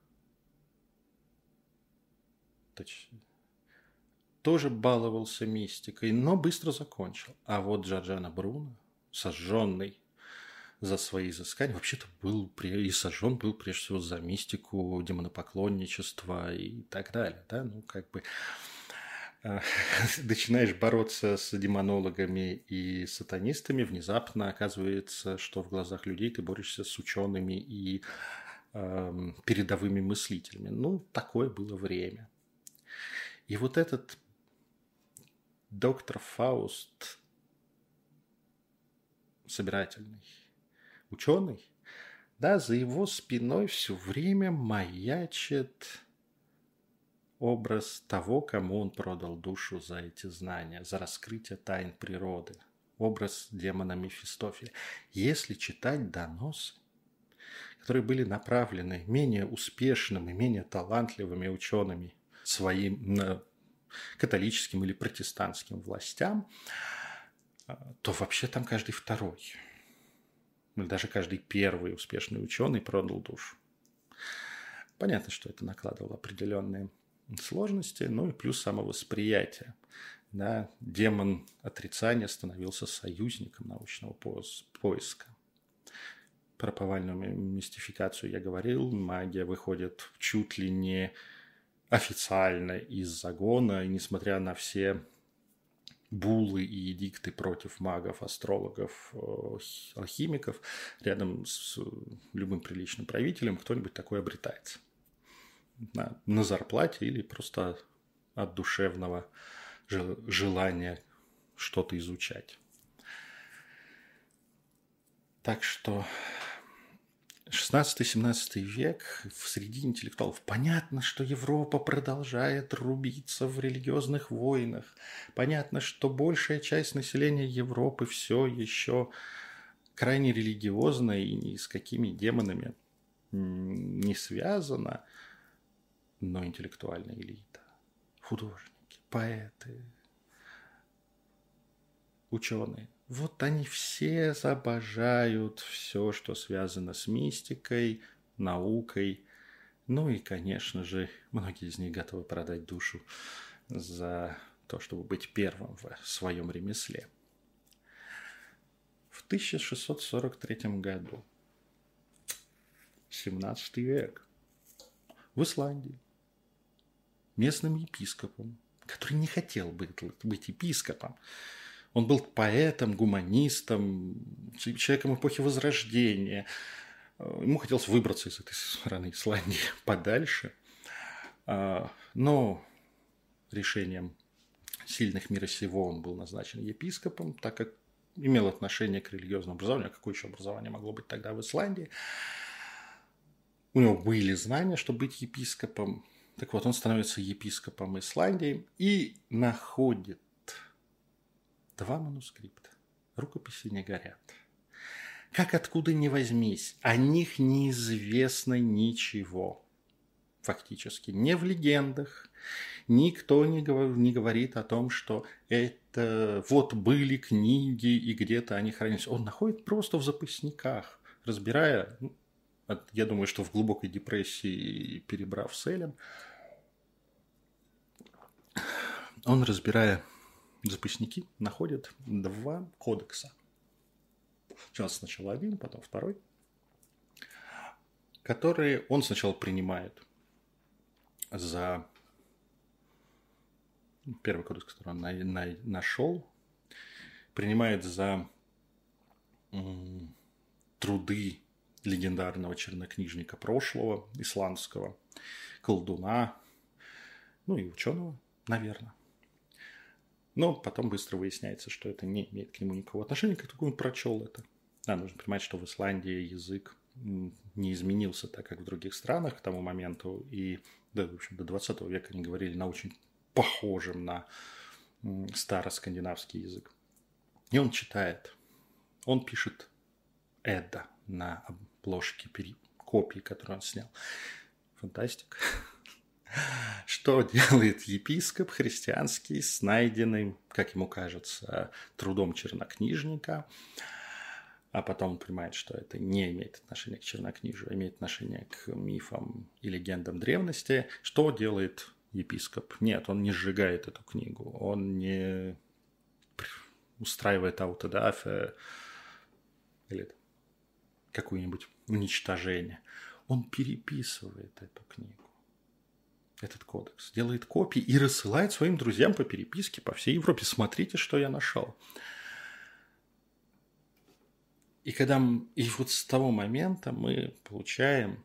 Точнее, тоже баловался мистикой, но быстро закончил. А вот Джорджано Бруно, сожженный за свои изыскания, вообще-то был и сожжен был прежде всего за мистику, демонопоклонничество и так далее. Да? Ну, как бы начинаешь бороться с демонологами и сатанистами, внезапно оказывается, что в глазах людей ты борешься с учеными и э, передовыми мыслителями. Ну, такое было время. И вот этот доктор Фауст, собирательный ученый, да, за его спиной все время маячит образ того, кому он продал душу за эти знания, за раскрытие тайн природы. Образ демона Мефистофеля. Если читать доносы, которые были направлены менее успешными, менее талантливыми учеными своим католическим или протестантским властям, то вообще там каждый второй, или даже каждый первый успешный ученый продал душу. Понятно, что это накладывало определенные сложности, ну и плюс самовосприятие. Да, демон отрицания становился союзником научного поиска. Про повальную мистификацию я говорил. Магия выходит чуть ли не официально из загона, и несмотря на все буллы и эдикты против магов, астрологов, алхимиков, рядом с любым приличным правителем кто-нибудь такой обретается. На, на зарплате или просто от душевного желания что-то изучать. Так что шестнадцатый-семнадцатый век среди интеллектуалов. Понятно, что Европа продолжает рубиться в религиозных войнах. Понятно, что большая часть населения Европы все еще крайне религиозна и ни с какими демонами не связана. Но интеллектуальная элита, художники, поэты, ученые, вот они все обожают все, что связано с мистикой, наукой. Ну и, конечно же, многие из них готовы продать душу за то, чтобы быть первым в своем ремесле. В тысяча шестьсот сорок третьем году, семнадцатый век, в Исландии, местным епископом, который не хотел быть, быть епископом, он был поэтом, гуманистом, человеком эпохи Возрождения. Ему хотелось выбраться из этой страны Исландии подальше. Но решением сильных мира сего он был назначен епископом, так как имел отношение к религиозному образованию. А какое еще образование могло быть тогда в Исландии? У него были знания, чтобы быть епископом. Так вот, он становится епископом Исландии и находит два манускрипта. Рукописи не горят. Как откуда ни возьмись, о них неизвестно ничего. Фактически. Не в легендах. Никто не говорит о том, что это вот были книги и где-то они хранились. Он находит просто в записниках, разбирая, я думаю, что в глубокой депрессии, перебрав с Элем, он, разбирая записники, находит два кодекса. Сначала один, потом второй, которые он сначала принимает за первый кодекс, который он на, на, нашел, принимает за м, труды легендарного чернокнижника прошлого, исландского, колдуна, ну и ученого, наверное. Но потом быстро выясняется, что это не имеет к нему никакого отношения, как только он прочел это. Да, нужно понимать, что в Исландии язык не изменился так, как в других странах к тому моменту. И да, в общем, до двадцатого века они говорили на очень похожем на староскандинавский язык. И он читает. Он пишет «Эдда» на обложке копии, которую он снял. Фантастика. Что делает епископ христианский с найденным, как ему кажется, трудом чернокнижника, а потом он понимает, что это не имеет отношения к чернокнижию, а имеет отношение к мифам и легендам древности. Что делает епископ? Нет, он не сжигает эту книгу, он не устраивает аутодафе или какое-нибудь уничтожение. Он переписывает эту книгу, этот кодекс, делает копии и рассылает своим друзьям по переписке по всей Европе. Смотрите, что я нашел. И когда и вот с того момента мы получаем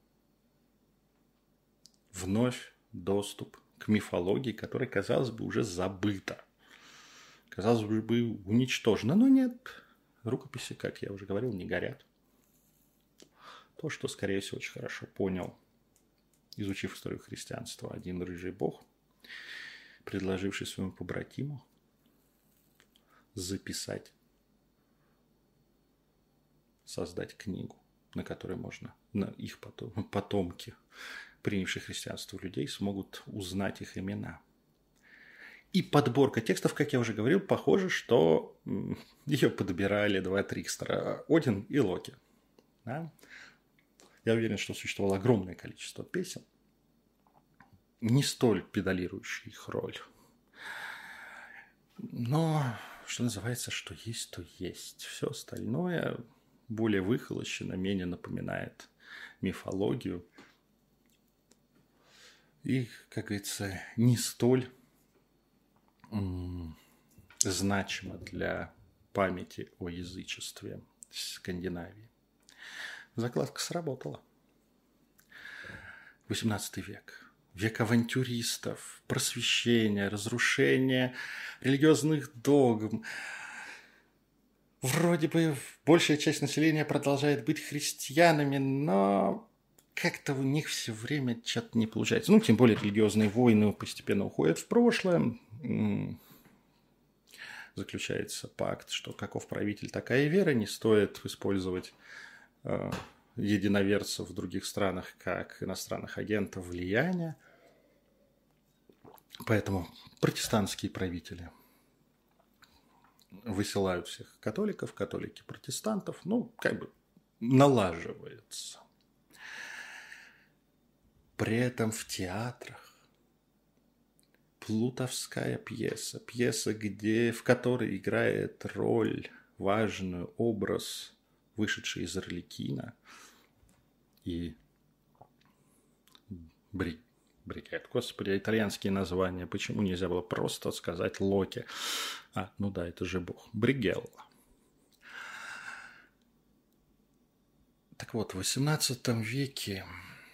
вновь доступ к мифологии, которая, казалось бы, уже забыта. Казалось бы, уничтожена. Но нет. Рукописи, как я уже говорил, не горят. То, что, скорее всего, очень хорошо понял, изучив историю христианства, один рыжий бог, предложивший своему побратиму записать, создать книгу, на которой можно, на их потом, потомки, принявшие христианство людей, смогут узнать их имена. И подборка текстов, как я уже говорил, похоже, что ее подбирали два трикстера, Один и Локи. Да? Я уверен, что существовало огромное количество песен, не столь педалирующие их роль. Но, что называется, что есть, то есть. Все остальное более выхолощено, менее напоминает мифологию. И, как говорится, не столь м- значимо для памяти о язычестве Скандинавии. Закладка сработала. восемнадцатый век. век авантюристов, просвещения, разрушения религиозных догм. Вроде бы большая часть населения продолжает быть христианами, но как-то у них все время что-то не получается. Ну, тем более религиозные войны постепенно уходят в прошлое. Заключается пакт, что каков правитель, такая и вера, не стоит использовать э, единоверцев в других странах как иностранных агентов влияния. Поэтому протестантские правители высылают всех католиков, католики протестантов, ну, как бы налаживается. При этом в театрах плутовская пьеса, пьеса, где, в которой играет роль, важную образ, вышедший из Арлекина и Бри... Брикет. Господи, итальянские названия. Почему нельзя было просто сказать Локи? А, ну да, это же бог. Бригелла. Так вот, в восемнадцатом веке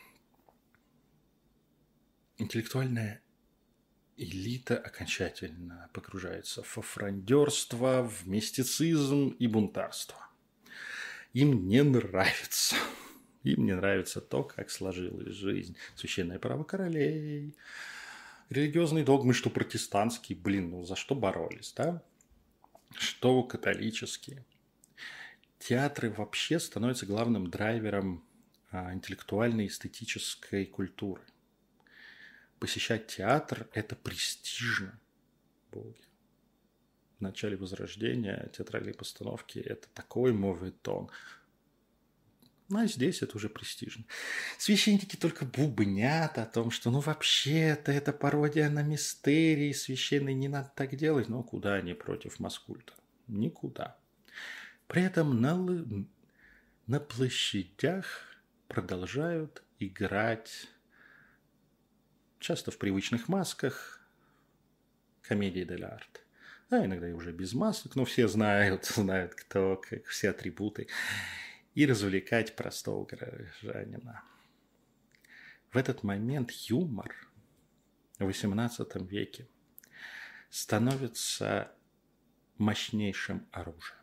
интеллектуальная элита окончательно погружается в фафрандерство, в мистицизм и бунтарство. Им не нравится. Им не нравится то, как сложилась жизнь. Священное право королей, религиозные догмы, что протестантские, блин, ну за что боролись, да? Что католические. Театры вообще становятся главным драйвером а, интеллектуальной и эстетической культуры. Посещать театр – это престижно, боги. В начале Возрождения театральные постановки – это такой моветон. А здесь это уже престижно. Священники только бубнят о том, что ну вообще-то это пародия на мистерии священные, не надо так делать. Но куда они против маскульта? Никуда. При этом на, на площадях продолжают играть, часто в привычных масках, комедии дель арт. А иногда и уже без масок, но все знают, знают кто, как все атрибуты. И развлекать простого гражданина. В этот момент юмор в восемнадцатом веке становится мощнейшим оружием.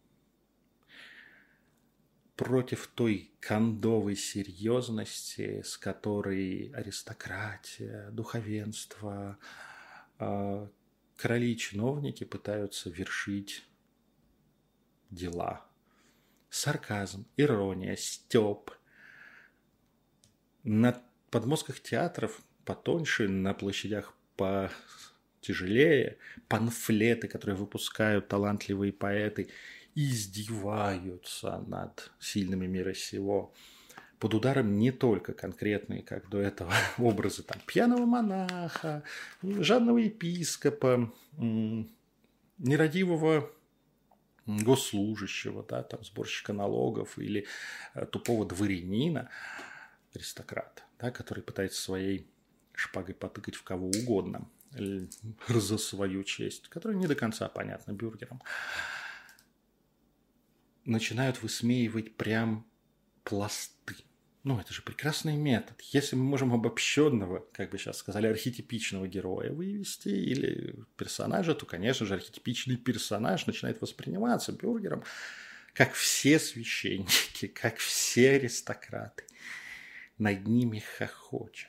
Против той кондовой серьезности, с которой аристократия, духовенство, короли и чиновники пытаются вершить дела. Сарказм, ирония, стёб. На подмостках театров потоньше, на площадях потяжелее, памфлеты, которые выпускают талантливые поэты, издеваются над сильными мира сего. Под ударом не только конкретные, как до этого, образы там, пьяного монаха, жадного епископа, нерадивого госслужащего, да, там, сборщика налогов или э, тупого дворянина, аристократа, да, который пытается своей шпагой потыкать в кого угодно за свою честь, которая не до конца понятна бюргерам, начинают высмеивать прям пласты. Ну, это же прекрасный метод. Если мы можем обобщенного, как бы сейчас сказали, архетипичного героя вывести или персонажа, то, конечно же, архетипичный персонаж начинает восприниматься бюргером как все священники, как все аристократы. Над ними хохочут.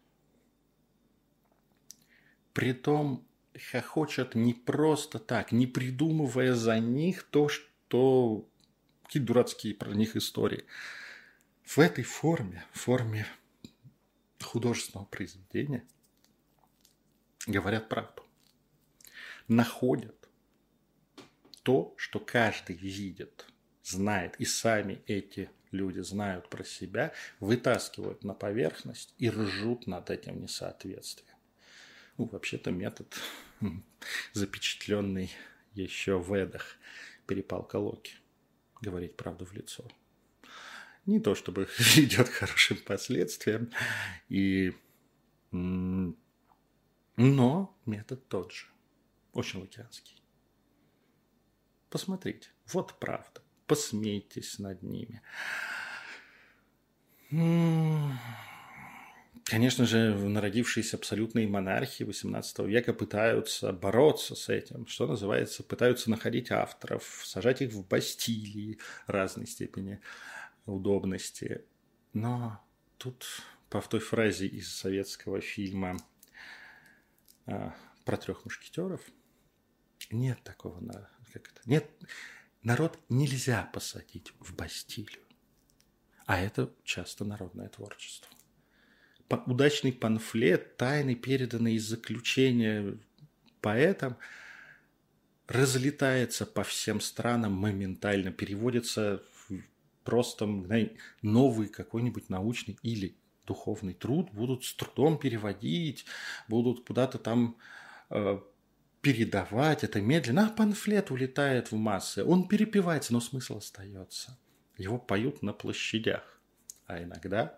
Притом хохочут не просто так, не придумывая за них то, что какие дурацкие про них истории. В этой форме, форме художественного произведения, говорят правду. Находят то, что каждый видит, знает, и сами эти люди знают про себя, вытаскивают на поверхность и ржут над этим несоответствием. Ну, вообще-то метод, запечатленный еще в Эдах, перепалка Локи, говорить правду в лицо. Не то, чтобы ведет к хорошим последствиям, и... но метод тот же, очень лукианский. Посмотрите, вот правда, посмейтесь над ними. Конечно же, народившиеся абсолютные монархии восемнадцатого века пытаются бороться с этим, что называется, пытаются находить авторов, сажать их в Бастилии разной степени удобности. Но тут по той фразе из советского фильма а, про трех мушкетеров нет такого, как это, нет, народ нельзя посадить в Бастилию, а это часто народное творчество. Удачный памфлет, тайный, переданный из заключения поэтам, разлетается по всем странам моментально, переводится в просто новый какой-нибудь научный или духовный труд, будут с трудом переводить, будут куда-то там э, передавать это медленно, а памфлет улетает в массы, он перепевается, но смысл остается. Его поют на площадях, а иногда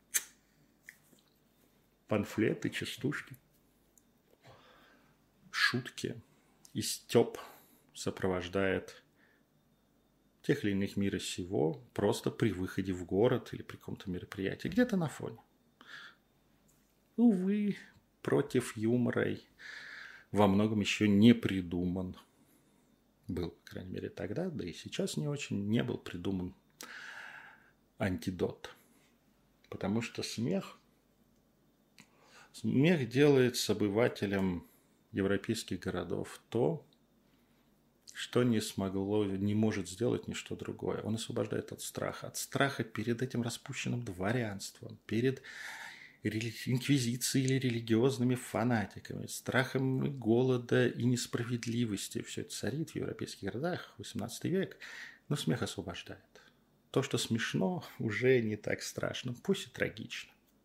памфлеты, частушки, шутки и стёб сопровождает тех или иных мира сего просто при выходе в город или при каком-то мероприятии, где-то на фоне. Увы, против юмора во многом еще не придуман. Был, по крайней мере, тогда, да и сейчас не очень, не был придуман антидот. Потому что смех Смех делает с обывателем европейских городов то, что не смогло, не может сделать ничто другое. Он освобождает от страха. От страха перед этим распущенным дворянством, перед инквизицией или религиозными фанатиками, страхом голода и несправедливости. Все это царит в европейских городах, восемнадцатый век, но смех освобождает. То, что смешно, уже не так страшно, пусть и трагично.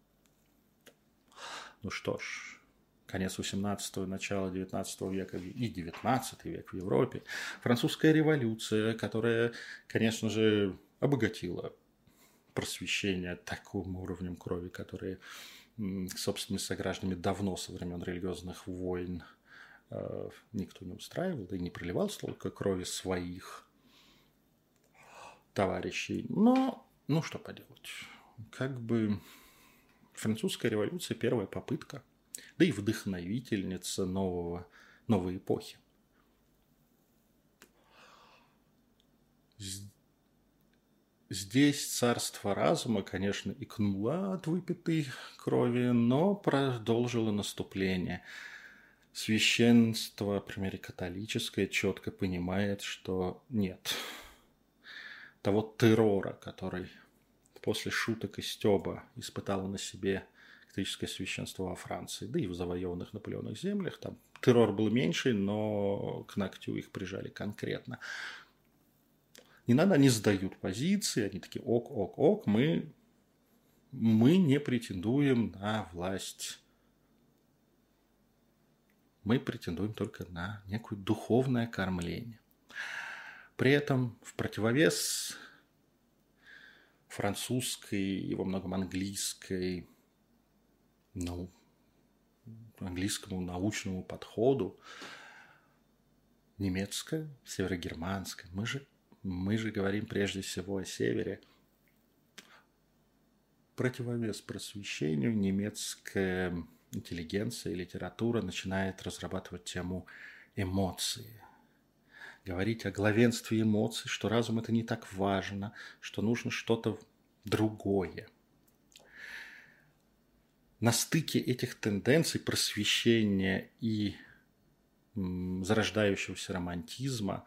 Ну что ж, конец восемнадцатого, начало девятнадцатого века и девятнадцатый век в Европе. Французская революция, которая, конечно же, обогатила просвещение таким уровнем крови, которые собственными согражданами давно со времен религиозных войн э, никто не устраивал, да и не проливал столько крови своих товарищей. Но, ну что поделать, как бы... Французская революция – первая попытка, да и вдохновительница нового, новой эпохи. Здесь царство разума, конечно, икнуло от выпитой крови, но продолжило наступление. Священство, по примере католическое, четко понимает, что нет того террора, который... после шуток и стёба испытало на себе католическое священство во Франции, да и в завоеванных Наполеоновых землях. Там террор был меньше, но к ногтю их прижали конкретно. Не надо, они сдают позиции, они такие ок, ок, ок, мы, мы не претендуем на власть. Мы претендуем только на некое духовное кормление. При этом в противовес французской и во многом английской, ну, английскому научному подходу, немецкая, северогерманская, мы же, мы же говорим прежде всего о севере. Противовес просвещению немецкая интеллигенция и литература начинает разрабатывать тему эмоций. Говорить о главенстве эмоций, что разум – это не так важно, что нужно что-то другое. На стыке этих тенденций просвещения и м, зарождающегося романтизма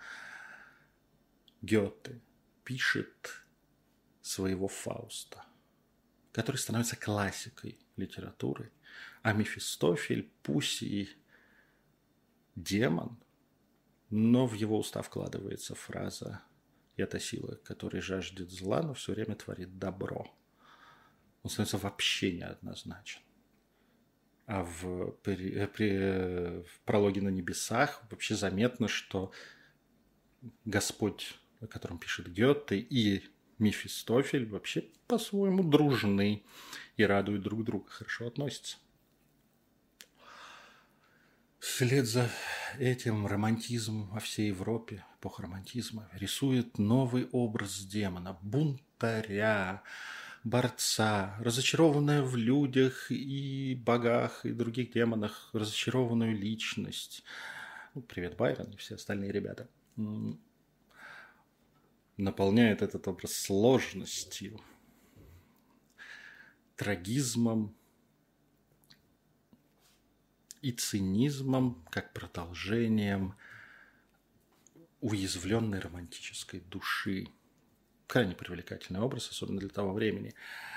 Гёте пишет своего Фауста, который становится классикой литературы, а Мефистофель, пусть и демон, но в его уста вкладывается фраза «Это сила, которая жаждет зла, но все время творит добро». Он становится вообще неоднозначен. А в, при, при, в прологе на небесах вообще заметно, что Господь, о котором пишет Гёте, и Мефистофель вообще по-своему дружны и радуют друг друга, хорошо относятся. Вслед за этим романтизм во всей Европе, эпоха романтизма, рисует новый образ демона, бунтаря, борца, разочарованная в людях и богах, и других демонах, разочарованную личность. Ну, привет, Байрон и все остальные ребята. Наполняет этот образ сложностью, трагизмом и цинизмом, как продолжением уязвленной романтической души. Крайне привлекательный образ, особенно для того времени.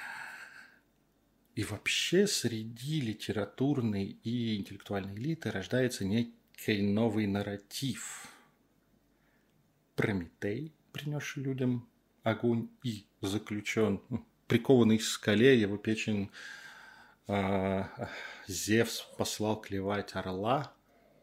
И вообще среди литературной и интеллектуальной элиты рождается некий новый нарратив. Прометей, принесший людям огонь и заключен, прикованный к скале, его печень э, Зевс послал клевать орла,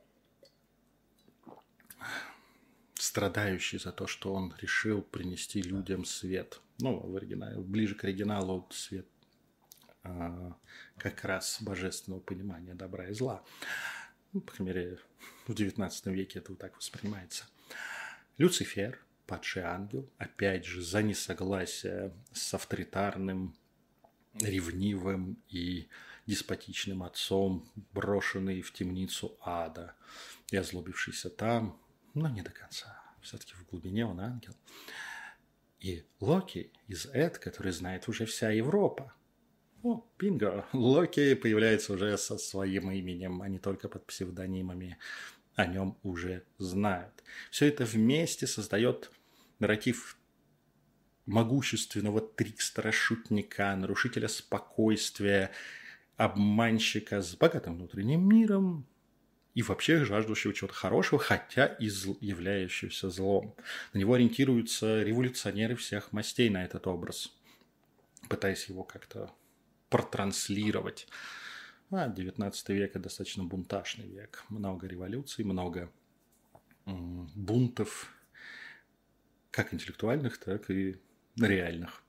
страдающий за то, что он решил принести людям свет. Ну, в оригинале, ближе к оригиналу свет э, как раз божественного понимания добра и зла. Ну, по крайней мере, в девятнадцатом веке это вот так воспринимается. Люцифер, падший ангел, опять же, за несогласие с авторитарным, ревнивым и деспотичным отцом, брошенный в темницу ада и озлобившийся там, но не до конца. Все-таки в глубине он ангел. И Локи из Эд, который знает уже вся Европа. О, бинго! Локи появляется уже со своим именем, а не только под псевдонимами. О нем уже знают. Все это вместе создает нарратив могущественного трикстера-шутника, нарушителя спокойствия, обманщика с богатым внутренним миром и вообще жаждущего чего-то хорошего, хотя и зл... являющегося злом. На него ориентируются революционеры всех мастей на этот образ, пытаясь его как-то протранслировать. А девятнадцатый век – это достаточно бунтажный век. Много революций, много м- бунтов, как интеллектуальных, так и реальных.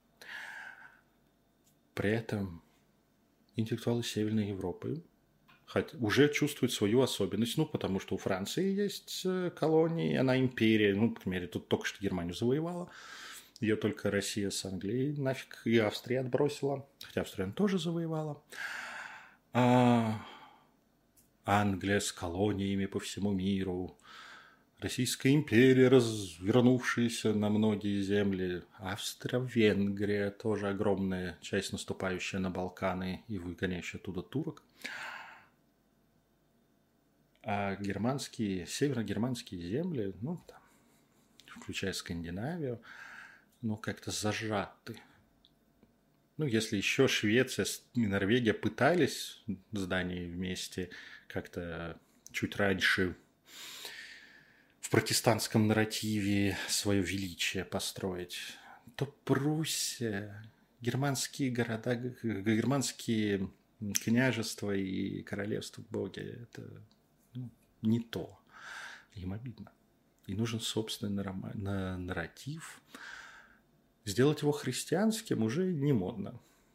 При этом интеллектуалы Северной Европы хоть уже чувствуют свою особенность, ну, потому что у Франции есть колонии, она империя, ну, по крайней мере, тут только что Германию завоевала, ее только Россия с Англией нафиг и Австрия отбросила, хотя Австрия она тоже завоевала. А Англия с колониями по всему миру, Российская империя, развернувшаяся на многие земли, Австро-Венгрия, тоже огромная часть, наступающая на Балканы и выгоняющая оттуда турок. А германские, северо-германские земли, ну, там, включая Скандинавию, ну, как-то зажаты. Ну, если еще Швеция и Норвегия пытались с Данией вместе как-то чуть раньше в протестантском нарративе свое величие построить, то Пруссия, германские города, германские княжества и королевства боги – это ну, не то. Им обидно. И нужен собственный нарратив. Сделать его христианским уже не модно.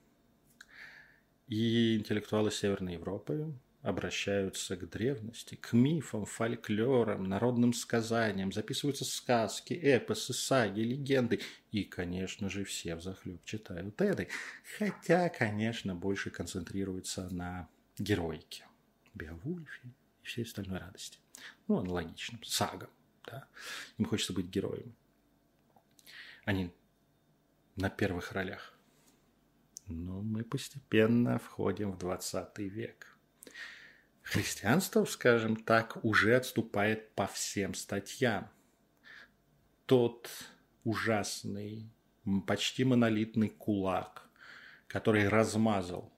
И интеллектуалы Северной Европы обращаются к древности, к мифам, фольклорам, народным сказаниям, записываются сказки, эпосы, саги, легенды. И, конечно же, все взахлеб читают Эды. Хотя, конечно, больше концентрируются на героике. Беовульфе и всей остальной радости. Ну, аналогичным, сагам. Да? Им хочется быть героем. Они на первых ролях. Но мы постепенно входим в двадцатый век. Христианство, скажем так, уже отступает по всем статьям. Тот ужасный, почти монолитный кулак, который размазал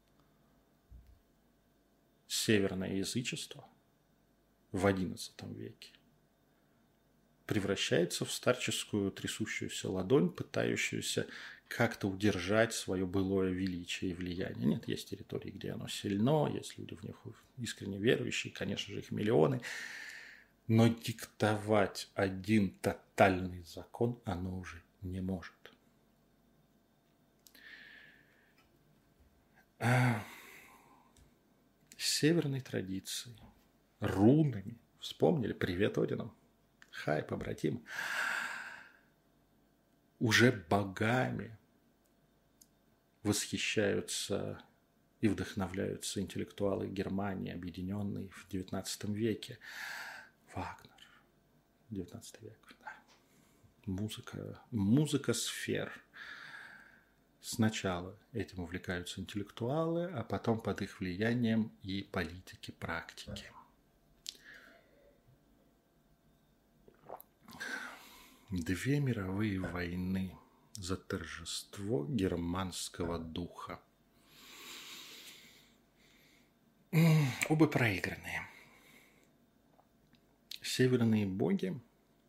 северное язычество в одиннадцатом веке, превращается в старческую трясущуюся ладонь, пытающуюся как-то удержать свое былое величие и влияние. Нет, есть территории, где оно сильно, есть люди в них искренне верующие, конечно же, их миллионы. Но диктовать один тотальный закон оно уже не может. А северной традиции, рунами, вспомнили, привет Одинам, хай, побратим, уже богами восхищаются и вдохновляются интеллектуалы Германии, объединенной в девятнадцатом веке. Вагнер, девятнадцатый век, да. Музыка, музыка сфер. Сначала этим увлекаются интеллектуалы, а потом под их влиянием и политики, практики. Две мировые войны за торжество германского духа. Оба проигранные. Северные боги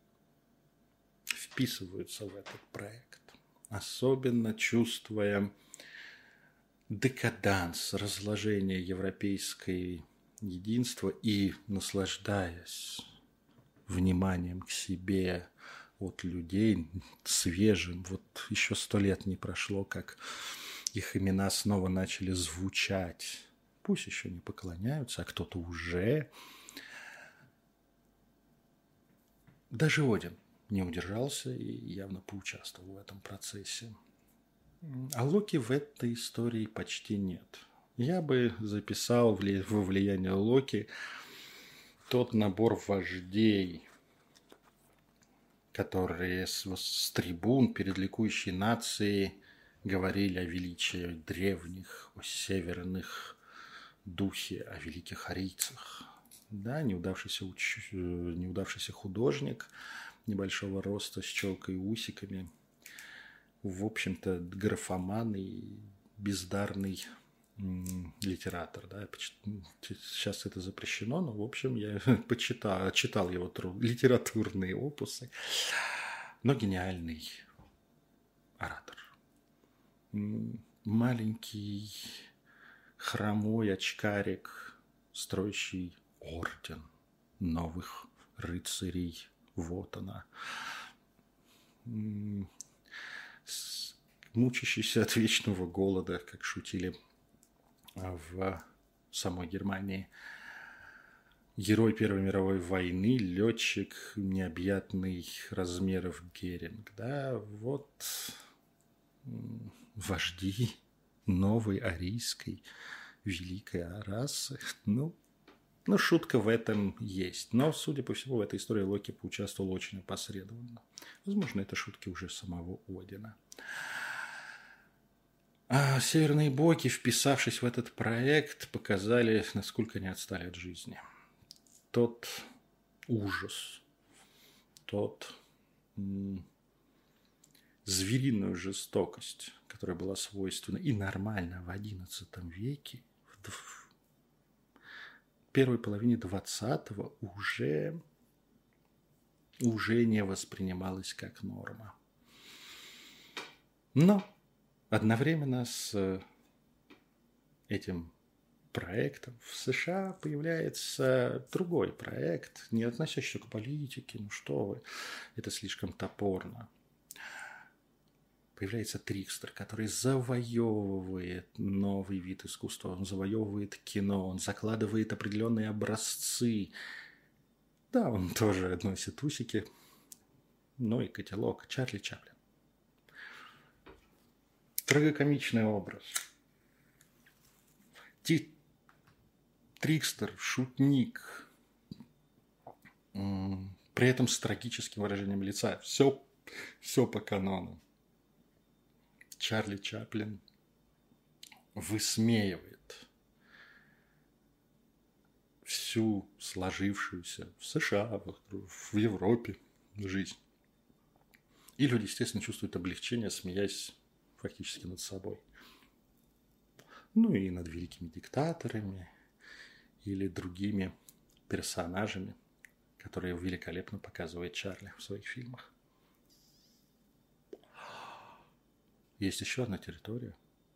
вписываются в этот проект, особенно чувствуя декаданс, разложение европейского единства и наслаждаясь вниманием к себе от людей свежим. Вот еще сто лет не прошло, как их имена снова начали звучать. Пусть еще не поклоняются, а кто-то уже. Даже Один не удержался и явно поучаствовал в этом процессе. А Локи в этой истории почти нет. Я бы записал во влияние Локи тот набор вождей, которые с, с трибун перед ликующей нацией говорили о величии древних, о северных духе, о великих арийцах. Да, неудавшийся, уч... неудавшийся художник небольшого роста с челкой и усиками. В общем-то, графоман и бездарный м- литератор. Да. Сейчас это запрещено, но, в общем, я почитал, читал его труд... литературные опусы. Но гениальный оратор. М- маленький, хромой очкарик, строящий орден новых рыцарей. Вот она. Мучащийся от вечного голода, как шутили в самой Германии. Герой Первой мировой войны, летчик необъятных размеров Геринг. Да, вот вожди новой арийской великой расы. Ну, Ну, шутка в этом есть. Но, судя по всему, в этой истории Локи поучаствовал очень опосредованно. Возможно, это шутки уже самого Одина. А северные боги, вписавшись в этот проект, показали, насколько они отстали от жизни. Тот ужас, тот м- звериную жестокость, которая была свойственна и нормально в одиннадцатом веке, в первой половине двадцатого уже, уже не воспринималось как норма. Но одновременно с этим проектом в США появляется другой проект, не относящийся к политике. Ну что вы, это слишком топорно. Появляется трикстер, который завоевывает новый вид искусства, он завоевывает кино, он закладывает определенные образцы. Да, он тоже носит усики, но и котелок. Чарли Чаплин. Трагикомичный образ. Ти- Трикстер, шутник, при этом с трагическим выражением лица. Все, все по канону. Чарли Чаплин высмеивает всю сложившуюся в США, в Европе жизнь. И люди, естественно, чувствуют облегчение, смеясь фактически над собой. Ну и над великими диктаторами или другими персонажами, которые великолепно показывает Чарли в своих фильмах. Есть еще одна территория,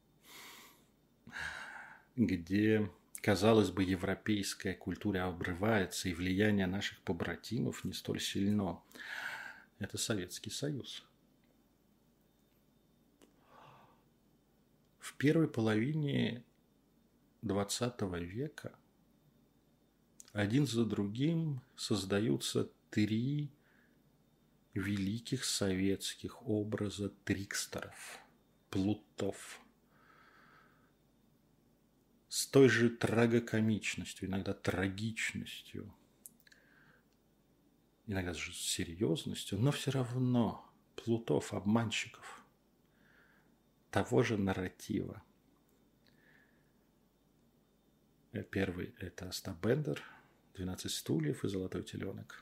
где, казалось бы, европейская культура обрывается, и влияние наших побратимов не столь сильно. Это Советский Союз. В первой половине двадцатого века один за другим создаются три великих советских образа трикстеров, плутов, с той же трагокомичностью, иногда трагичностью, иногда же с серьезностью, но все равно плутов, обманщиков, того же нарратива. Первый – это Остап Бендер, «двенадцать стульев» и «Золотой теленок».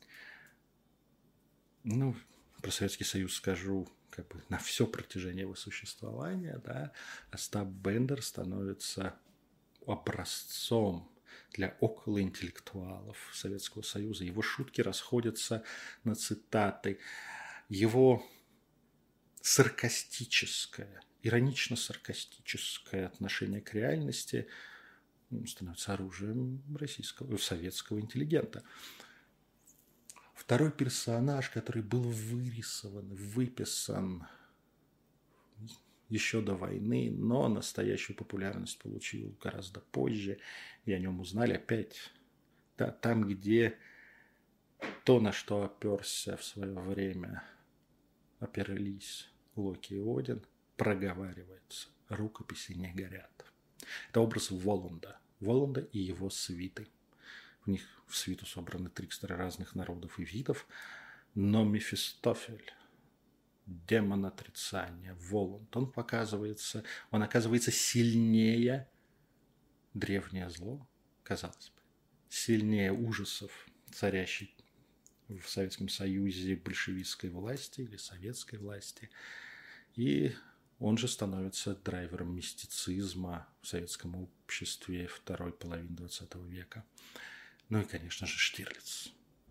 Ну, про Советский Союз скажу как бы на все протяжение его существования, да, Остап Бендер становится образцом для околоинтеллектуалов Советского Союза. Его шутки расходятся на цитаты. Его саркастическое, иронично-саркастическое отношение к реальности становится оружием российского, советского интеллигента. Второй персонаж, который был вырисован, выписан еще до войны, но настоящую популярность получил гораздо позже, и о нем узнали опять. Да, там, где то, на что оперся в свое время, оперлись Локи и Один, проговаривается. Рукописи не горят. Это образ Воланда. Воланда и его свиты. В них в свиту собраны трикстеры разных народов и видов, но Мефистофель, демон отрицания, Воланд, он показывается, он оказывается сильнее древнее зло, казалось бы, сильнее ужасов, царящей в Советском Союзе большевистской власти или советской власти, и он же становится драйвером мистицизма в советском обществе второй половины двадцатого века. Ну и, конечно же, Штирлиц.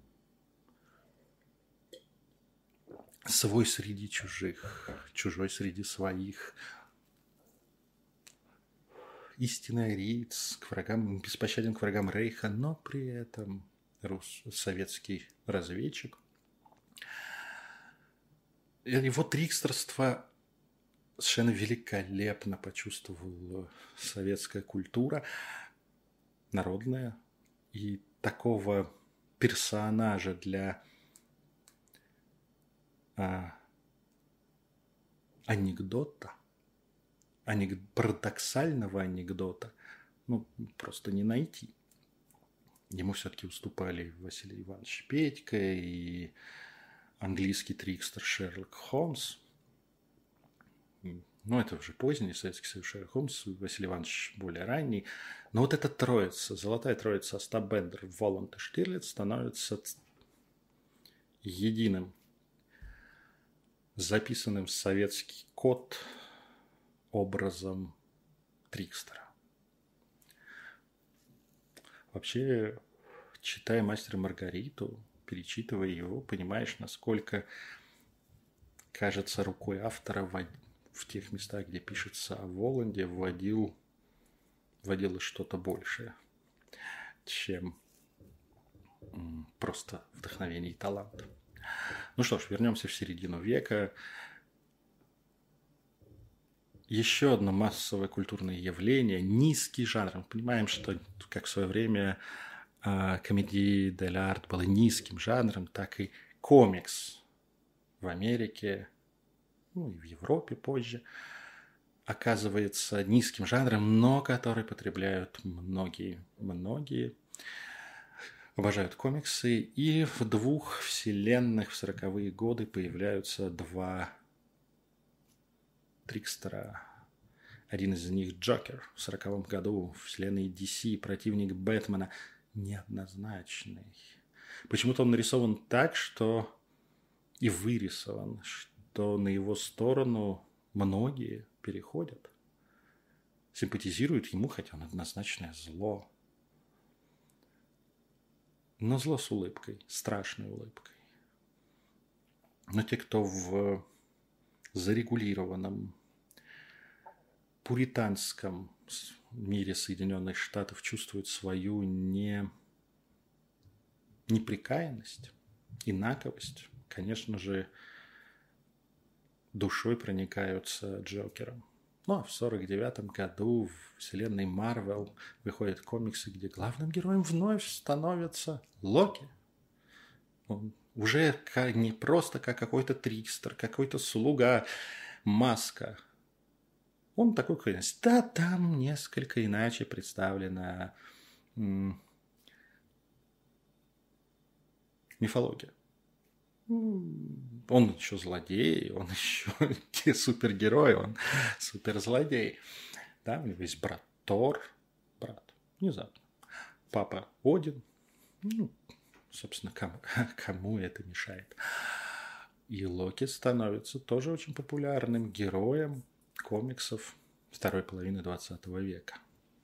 Свой среди чужих, чужой среди своих. Истинный ариец, к врагам, беспощаден к врагам Рейха, но при этом рус, советский разведчик. Его трикстерство совершенно великолепно почувствовала советская культура, народная. И такого персонажа для а, анекдота, анек... парадоксального анекдота, ну, просто не найти. Ему все-таки уступали Василий Иванович Петька и английский трикстер Шерлок Холмс. Ну, это уже поздний Советский Союз, Шерлок Холмс, Василий Иванович более ранний. Но вот эта троица, золотая троица Остап Бендер, Воланд и Штирлиц становится единым, записанным в советский код образом трикстера. Вообще, читая «Мастера и Маргариту», перечитывая его, понимаешь, насколько, кажется, рукой автора в тех местах, где пишется о Воланде, вводил, вводилось что-то большее, чем просто вдохновение и талант. Ну что ж, вернемся в середину века. Еще одно массовое культурное явление – низкий жанр. Мы понимаем, что как в свое время комедия дель-арт была низким жанром, так и комикс в Америке, ну и в Европе позже, оказывается низким жанром, но который потребляют многие, многие, обожают комиксы. И в двух вселенных в сороковые годы появляются два трикстера. Один из них Джокер в сороковом году, в вселенной ди си, противник Бэтмена, неоднозначный. Почему-то он нарисован так, что и вырисован, что на его сторону многие переходят, симпатизируют ему, хотя он однозначное зло. Но зло с улыбкой, страшной улыбкой. Но те, кто в зарегулированном пуританском мире Соединенных Штатов чувствуют свою не... неприкаянность, инаковость, конечно же, душой проникаются Джокером. Ну, а в сорок девятом году в вселенной Марвел выходят комиксы, где главным героем вновь становится Локи. Он уже как, не просто как какой-то трикстер, какой-то слуга, маска. Он такой какой-то. Да, там несколько иначе представлена м, мифология. Он еще злодей, он еще не супергерой, он суперзлодей. Да, у него есть брат Тор, брат, внезапно. Папа Один, ну, собственно, кому, кому это мешает. И Локи становится тоже очень популярным героем комиксов второй половины двадцатого века.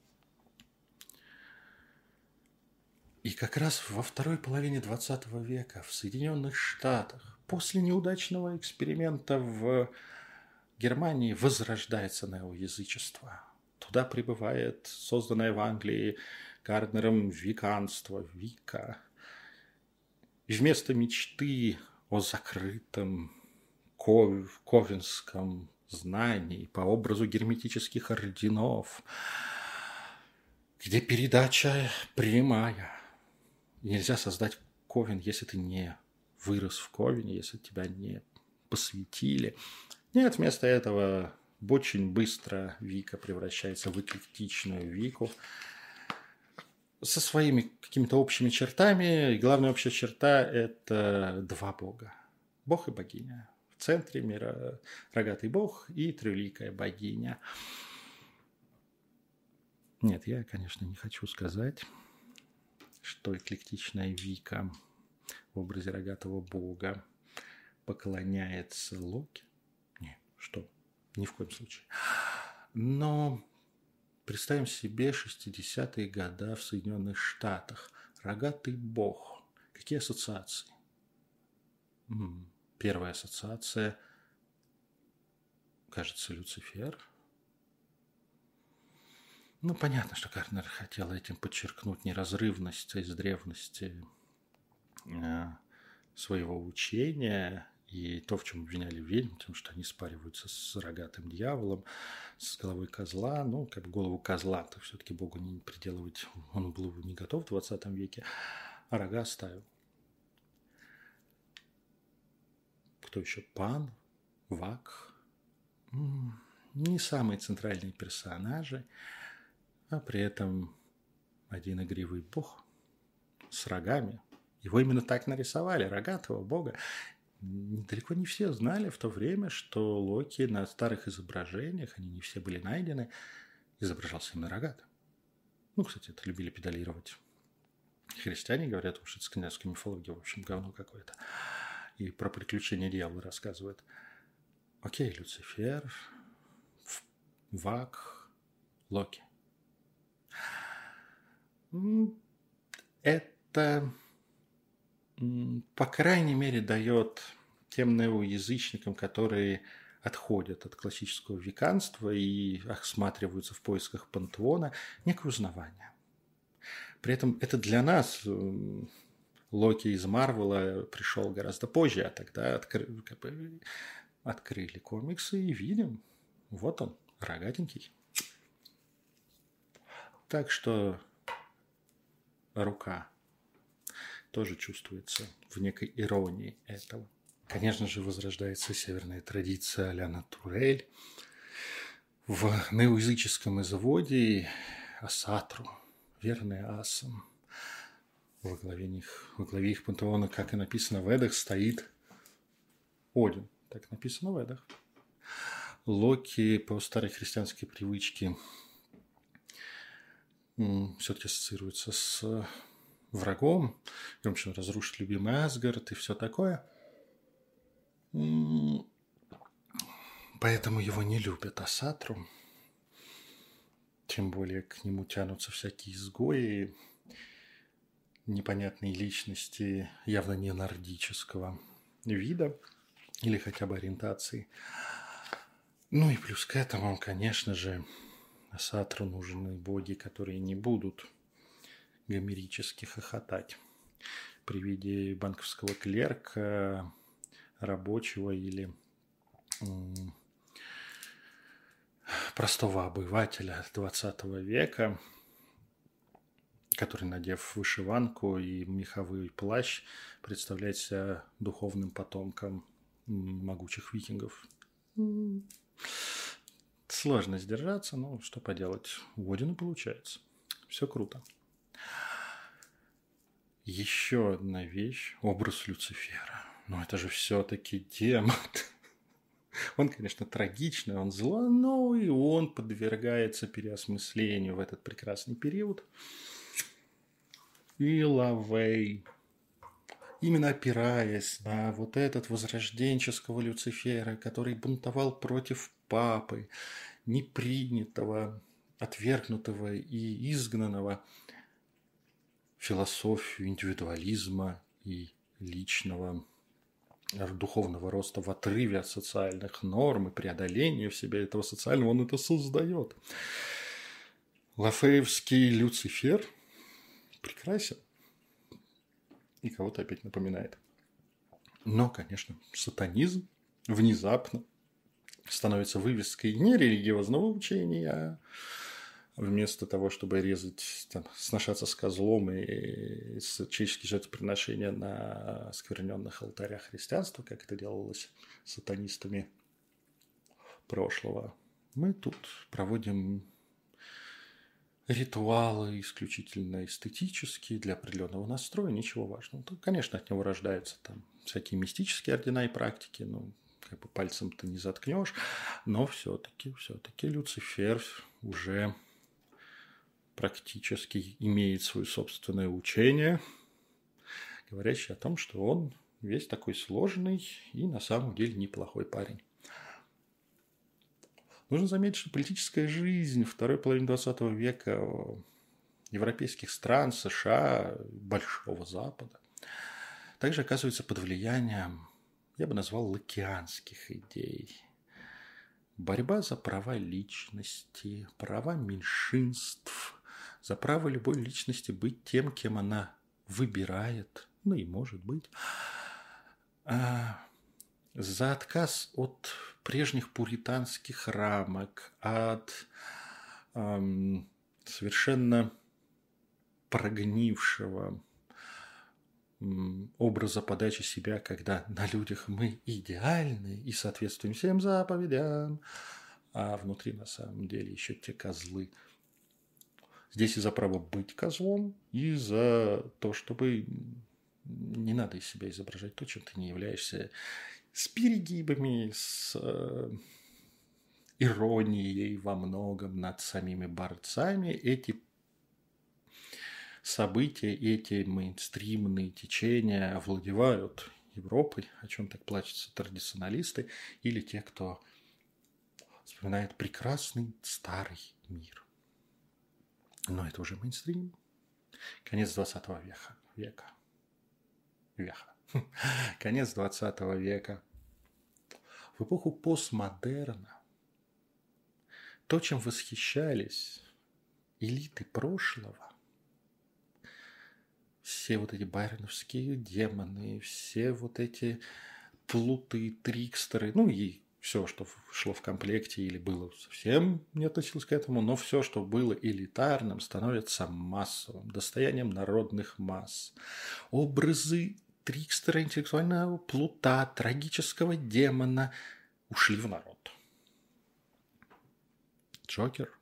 И как раз во второй половине двадцатого века в Соединенных Штатах после неудачного эксперимента в Германии возрождается неоязычество. Туда прибывает созданное в Англии Гарднером виканство, Вика. И вместо мечты о закрытом ков, ковенском знании по образу герметических орденов, где передача прямая, нельзя создать ковен, если ты не вырос в ковене, если тебя не посвятили. Нет, вместо этого очень быстро Вика превращается в эклектичную Вику со своими какими-то общими чертами. И главная общая черта – это два бога. Бог и богиня. В центре мира рогатый бог и трёхликая богиня. Нет, я, конечно, не хочу сказать, что эклектичная Вика в образе рогатого бога поклоняется Локи. Нет, что? Ни в коем случае. Но представим себе шестидесятые годы в Соединенных Штатах. Рогатый бог. Какие ассоциации? Первая ассоциация, кажется, Люцифер. Ну, понятно, что Гарднер хотел этим подчеркнуть неразрывность из древности своего учения и то, в чем обвиняли ведьм, тем, что они спариваются с рогатым дьяволом, с головой козла. Ну, как бы голову козла-то все-таки Богу не приделывать, он был не готов в двадцатом веке, а рога оставил. Кто еще? Пан, Вак. Не самые центральные персонажи, а при этом один игривый бог с рогами. Его именно так нарисовали, рогатого бога. Далеко не все знали в то время, что Локи на старых изображениях, они не все были найдены, изображался именно рогатым. Ну, кстати, это любили педалировать христиане, говорят, что это скандинавская мифология, в общем, говно какое-то. И про приключения дьявола рассказывают. Окей, Люцифер, Вак, Локи. Это, по крайней мере, дает тем неоязычникам, которые отходят от классического веканства и осматриваются в поисках пантеона, некое узнавание. При этом это для нас, Локи из Марвела пришел гораздо позже, а тогда откры, как бы, открыли комиксы и видим, вот он, рогатенький. Так что рука тоже чувствуется в некой иронии этого. Конечно же, возрождается северная традиция а-ля Натурель. В неоязыческом изводе Асатру, верный асам, во главе, них, во главе их пантеона, как и написано в Эдах, стоит Один. Так написано в Эдах. Локи по старой христианской привычке все-таки ассоциируется с врагом, и он еще разрушит любимый Асгард и все такое. Поэтому его не любят Асатру. Тем более к нему тянутся всякие изгои, непонятные личности, явно не нордического вида или хотя бы ориентации. Ну и плюс к этому, конечно же, Асатру нужны боги, которые не будут гомерически хохотать при виде банковского клерка, рабочего или м, простого обывателя двадцатого века, который, надев вышиванку и меховой плащ, представляет себя духовным потомком могучих викингов. Сложно сдержаться, но что поделать, у Одина получается. Все круто. Еще одна вещь – образ Люцифера. Но это же все-таки демон. Он, конечно, трагичный, он злой, но и он подвергается переосмыслению в этот прекрасный период. И Лавей, именно опираясь на вот этот возрожденческого Люцифера, который бунтовал против папы, непринятого, отвергнутого и изгнанного, философию индивидуализма и личного духовного роста в отрыве от социальных норм и преодоления в себе этого социального, он это создает. Лафеевский Люцифер прекрасен и кого-то опять напоминает. Но, конечно, сатанизм внезапно становится вывеской не религиозного учения, а вместо того, чтобы резать, там, сношаться с козлом и с человеческие жертвоприношения на оскверненных алтарях христианства, как это делалось сатанистами прошлого, мы тут проводим ритуалы исключительно эстетические, для определенного настроя, ничего важного. То, конечно, от него рождаются там всякие мистические ордена и практики, ну, как бы пальцем-то не заткнешь, но все-таки, все-таки Люцифер уже практически имеет свое собственное учение, говорящее о том, что он весь такой сложный и на самом деле неплохой парень. Нужно заметить, что политическая жизнь второй половины двадцатого века европейских стран, США, Большого Запада также оказывается под влиянием, я бы назвал, лакианских идей. Борьба за права личности, права меньшинств, за право любой личности быть тем, кем она выбирает, ну и может быть, а за отказ от прежних пуританских рамок, от эм, совершенно прогнившего эм, образа подачи себя, когда на людях мы идеальны и соответствуем всем заповедям, а внутри на самом деле еще те козлы. Здесь и за право быть козлом, и за то, чтобы не надо из себя изображать то, чем ты не являешься, с перегибами, с э, иронией во многом над самими борцами. Эти события, эти мейнстримные течения овладевают Европой, о чем так плачутся традиционалисты, или те, кто вспоминает прекрасный старый мир. Но это уже мейнстрим. Конец двадцатого века. века. века. Конец двадцатого века. В эпоху постмодерна то, чем восхищались элиты прошлого, все вот эти байроновские демоны, все вот эти плуты, трикстеры, ну и все, что шло в комплекте или было совсем не относилось к этому, но все, что было элитарным, становится массовым, достоянием народных масс. Образы трикстера, интеллектуального плута, трагического демона ушли в народ. Джокер,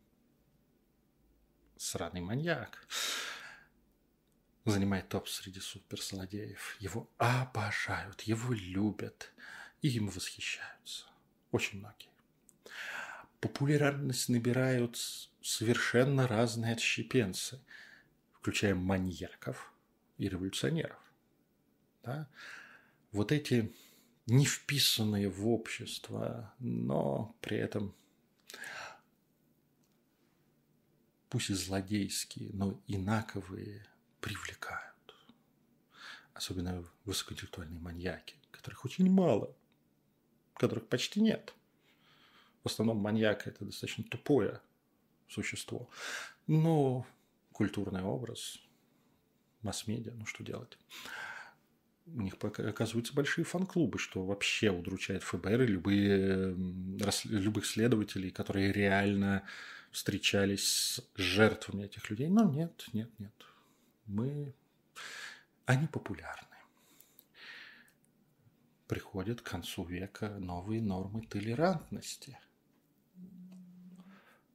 сраный маньяк, занимает топ среди суперзлодеев. Его обожают, его любят и им восхищаются. Очень многие. Популярность набирают совершенно разные отщепенцы, включая маньяков и революционеров. Да? Вот эти не вписанные в общество, но при этом пусть и злодейские, но инаковые привлекают. Особенно высокоинтеллектуальные маньяки, которых очень мало, которых почти нет. В основном маньяк – это достаточно тупое существо. Но культурный образ, масс-медиа, ну что делать? У них оказываются большие фан-клубы, что вообще удручает эф бэ эр и любые, любых следователей, которые реально встречались с жертвами этих людей. Но нет, нет, нет. Мы... Они популярны. Приходят к концу века новые нормы толерантности.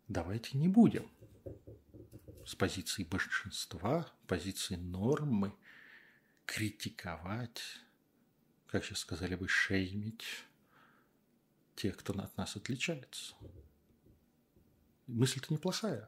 давайте не будем с позиции большинства, позиции нормы критиковать, как сейчас сказали бы, шеймить тех, кто от нас отличается. Мысль-то неплохая.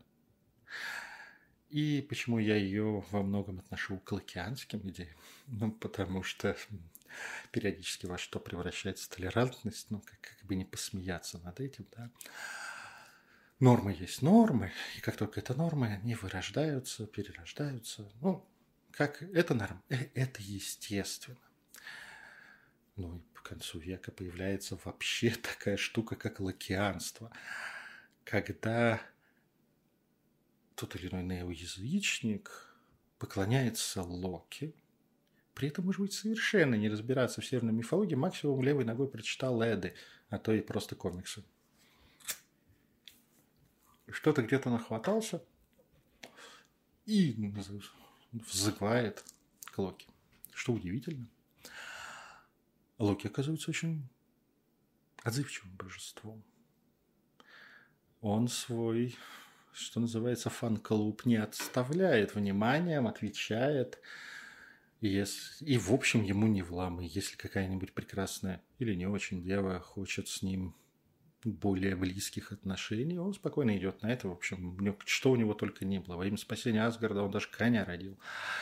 И почему я ее во многом отношу к лакианским идеям? Ну, потому что периодически во что превращается толерантность, ну, как, как бы не посмеяться над этим, да. Нормы есть нормы, и как только это нормы, они вырождаются, перерождаются. Ну, как это норм, это естественно. Ну, и к концу века появляется вообще такая штука, как лакианство, когда тот или иной неоязычник поклоняется Локи, при этом, может быть, совершенно не разбираться в северной мифологии, максимум левой ногой прочитал Эды, а то и просто комиксы. Что-то где-то нахватался и взывает к Локи. Что удивительно. Локи оказывается очень отзывчивым божеством. Он свой, что называется, фан-клуб не отставляет вниманием, отвечает. И, если, и в общем ему не вламы. Если какая-нибудь прекрасная или не очень дева хочет с ним более близких отношений, он спокойно идет на это. В общем, что у него только не было. Во имя спасения Асгарда он даже коня родил.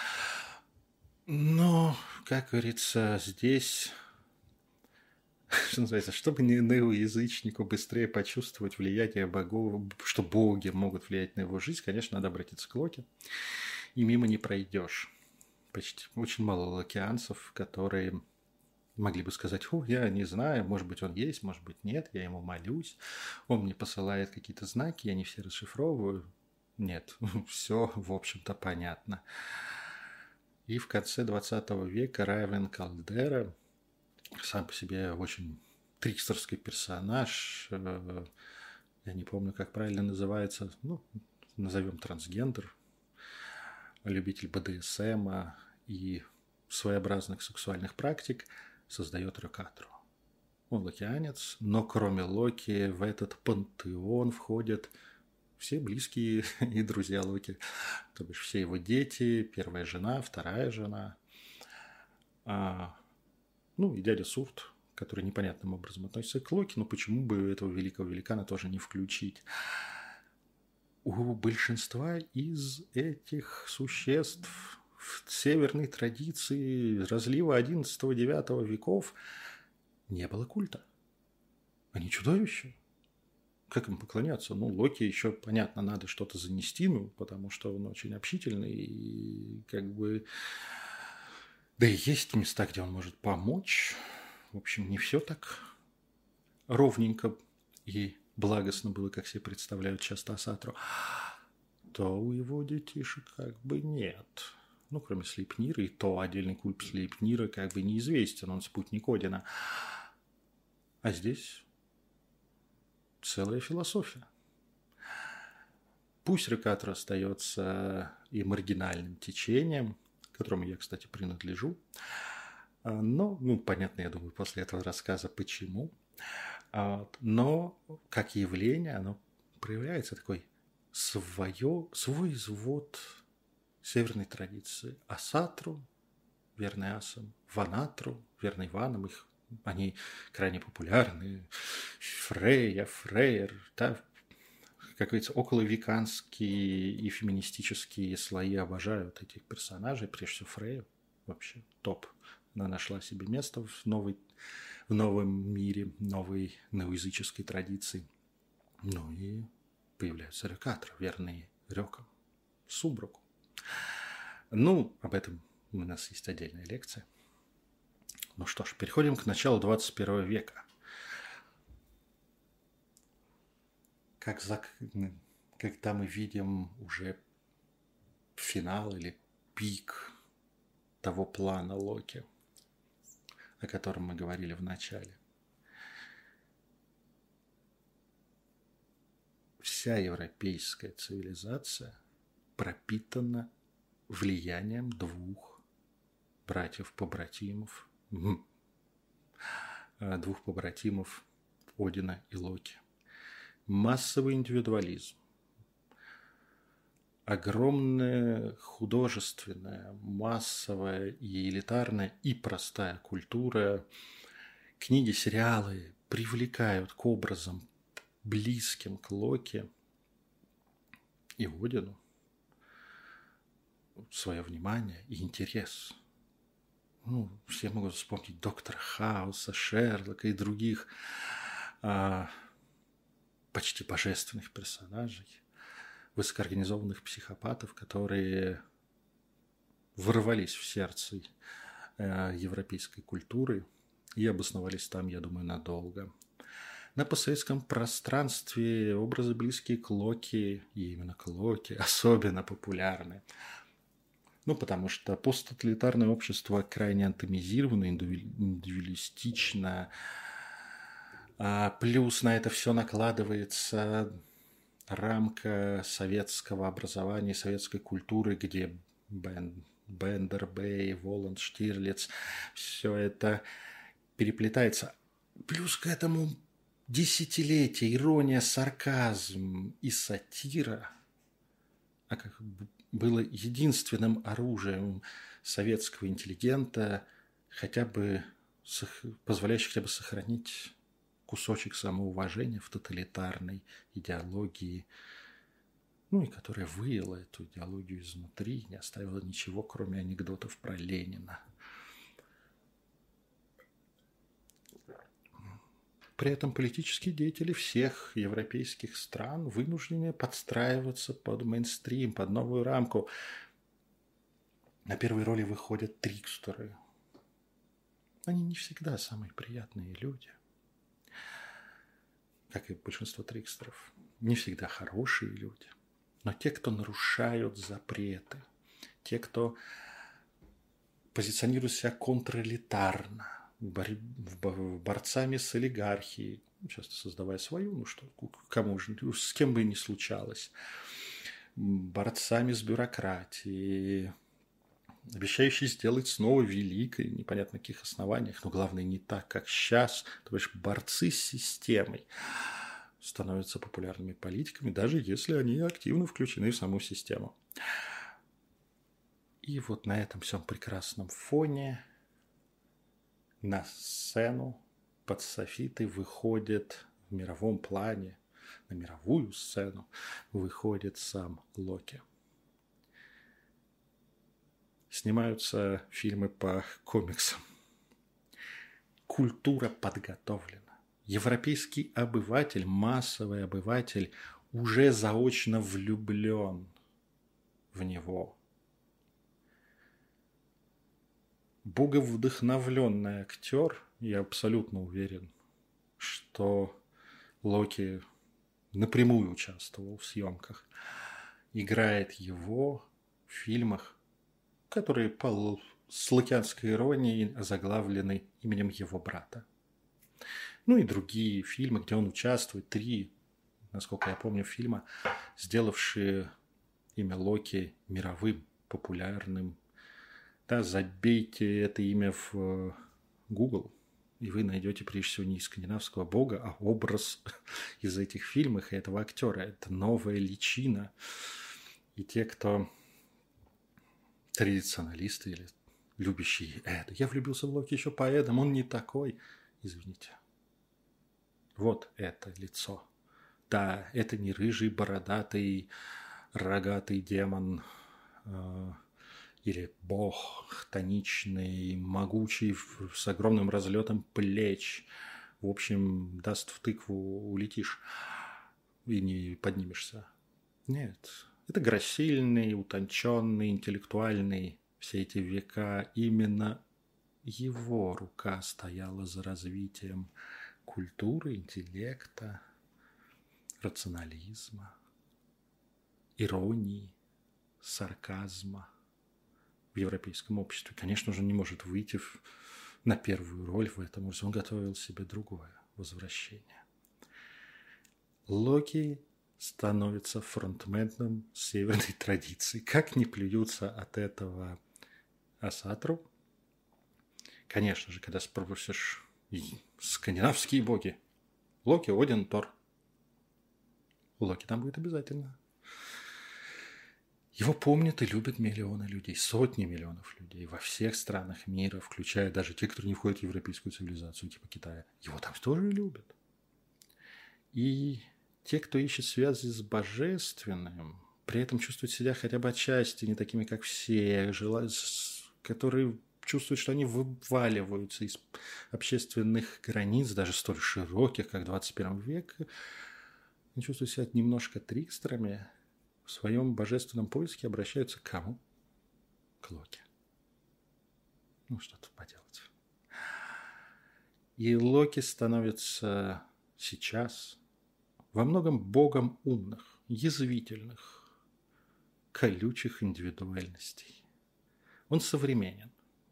Но, как говорится, здесь, что называется, чтобы неоязычнику быстрее почувствовать влияние богов, что боги могут влиять на его жизнь, конечно, надо обратиться к Локи. И мимо не пройдешь. Почти очень мало локианцев, которые могли бы сказать: «Фу, я не знаю, может быть, он есть, может быть, нет, я ему молюсь, он мне посылает какие-то знаки, я не все расшифровываю». Нет, все, в общем-то, понятно. И в конце двадцатого века Райвен Калдера, сам по себе очень трикстерский персонаж, я не помню, как правильно называется, ну, назовем трансгендер, любитель бэ дэ эс эма и своеобразных сексуальных практик, создает Рёкатру. Он локианец, но кроме Локи в этот пантеон входят все близкие и друзья Локи, то бишь все его дети, первая жена, вторая жена, а, ну и дядя Сурт, который непонятным образом относится к Локи, но почему бы этого великого великана тоже не включить? У большинства из этих существ в северной традиции разлива одиннадцатого-девятого веков не было культа. Они чудовища. Как им поклоняться? Ну, Локи еще, понятно, надо что-то занести, ну, потому что он очень общительный и как бы... Да и есть места, где он может помочь. В общем, не все так ровненько и благостно было, как себе представляют часто Асатру. То у его детишек как бы нет. Ну, кроме Слейпнира, и то отдельный культ Слейпнира как бы неизвестен, он спутник Одина. А здесь целая философия. Пусть Рёкатра остается и маргинальным течением, к которому я, кстати, принадлежу, но, ну, понятно, я думаю, после этого рассказа, почему. Но как явление оно проявляется такой свое, свой извод северной традиции. Асатру, верный асам, Ванатру, верный Ванам, их, они крайне популярны. Фрейя, Фрейер, да, как говорится, околовеканские и феминистические слои обожают этих персонажей, прежде всего Фрейя, вообще топ. Она нашла себе место в, новой, в новом мире, новой неоязыческой традиции. Ну и появляются Рёкатры, верные Рёкам, Субруку. Ну, об этом у нас есть отдельная лекция. Ну что ж, переходим к началу двадцать первого века. Как за... Когда мы видим уже финал или пик того плана Локи, о котором мы говорили в начале. Вся европейская цивилизация пропитана влиянием двух братьев-побратимов, двух побратимов Одина и Локи. Массовый индивидуализм, огромная художественная, массовая и элитарная и простая культура, книги, сериалы привлекают к образам, близким к Локи и Одину свое внимание и интерес. Ну, все могут вспомнить доктора Хауса, Шерлока и других а, почти божественных персонажей, высокоорганизованных психопатов, которые ворвались в сердце э, европейской культуры и обосновались там, я думаю, надолго. На постсоветском пространстве образы, близкие к Локи, и именно к Локи, особенно популярны. Ну, потому что посттоталитарное общество крайне атомизировано, индивидуалистично. А плюс на это все накладывается рамка советского образования, советской культуры, где Бен, Бендер, Бэй, Воланд, Штирлиц, все это переплетается. Плюс к этому десятилетия, ирония, сарказм и сатира, а как было единственным оружием советского интеллигента, хотя бы позволяющим хотя бы сохранить кусочек самоуважения в тоталитарной идеологии, ну и которая выела эту идеологию изнутри, не оставила ничего, кроме анекдотов про Ленина. При этом политические деятели всех европейских стран вынуждены подстраиваться под мейнстрим, под новую рамку. На первой роли выходят трикстеры. Они не всегда самые приятные люди. Как и большинство трикстеров. Не всегда хорошие люди. Но те, кто нарушают запреты, те, кто позиционирует себя контрэлитарно, борцами с олигархией, часто создавая свою, ну что, кому же, с кем бы ни случалось, борцами с бюрократией, обещающие сделать снова великой, непонятно на каких основаниях, но главное не так, как сейчас, то есть борцы с системой становятся популярными политиками, даже если они активно включены в саму систему. И вот на этом всем прекрасном фоне на сцену под софиты выходит в мировом плане, на мировую сцену выходит сам Локи. Снимаются фильмы по комиксам. Культура подготовлена. Европейский обыватель, массовый обыватель уже заочно влюблен в него. Боговдохновленный актер, я абсолютно уверен, что Локи напрямую участвовал в съемках, играет его в фильмах, которые по с локианской иронией озаглавлены именем его брата. Ну и другие фильмы, где он участвует, три, насколько я помню, фильма, сделавшие имя Локи мировым, популярным. Да, забейте это имя в Google, и вы найдете прежде всего не скандинавского бога, а образ из этих фильмов и этого актера. Это новая личина. И те, кто традиционалисты или любящие Эда. Я влюбился в Локи еще по Эдам, он не такой. Извините. Вот это лицо. Да, это не рыжий, бородатый, рогатый демон э, или бог хтоничный, могучий, с огромным разлетом плеч. В общем, даст в тыкву, улетишь и не поднимешься. Нет, это грацильный, утонченный, интеллектуальный. Все эти века именно его рука стояла за развитием культуры, интеллекта, рационализма, иронии, сарказма в европейском обществе. Конечно же, не может выйти в, на первую роль в этом. Он готовил себе другое возвращение. Локи становится фронтменом северной традиции. Как не плюются от этого Асатру? Конечно же, когда спросишь скандинавские боги, Локи, Один, Тор. Локи там будет обязательно. Его помнят и любят миллионы людей, сотни миллионов людей во всех странах мира, включая даже те, которые не входят в европейскую цивилизацию, типа Китая. Его там тоже любят. И те, кто ищет связи с божественным, при этом чувствуют себя хотя бы отчасти не такими, как все, которые чувствуют, что они вываливаются из общественных границ, даже столь широких, как двадцать первый век, они чувствуют себя немножко трикстерами, в своем божественном поиске обращаются к кому? К Локи. Ну, что тут поделать. И Локи становится сейчас во многом богом умных, язвительных, колючих индивидуальностей. Он современен.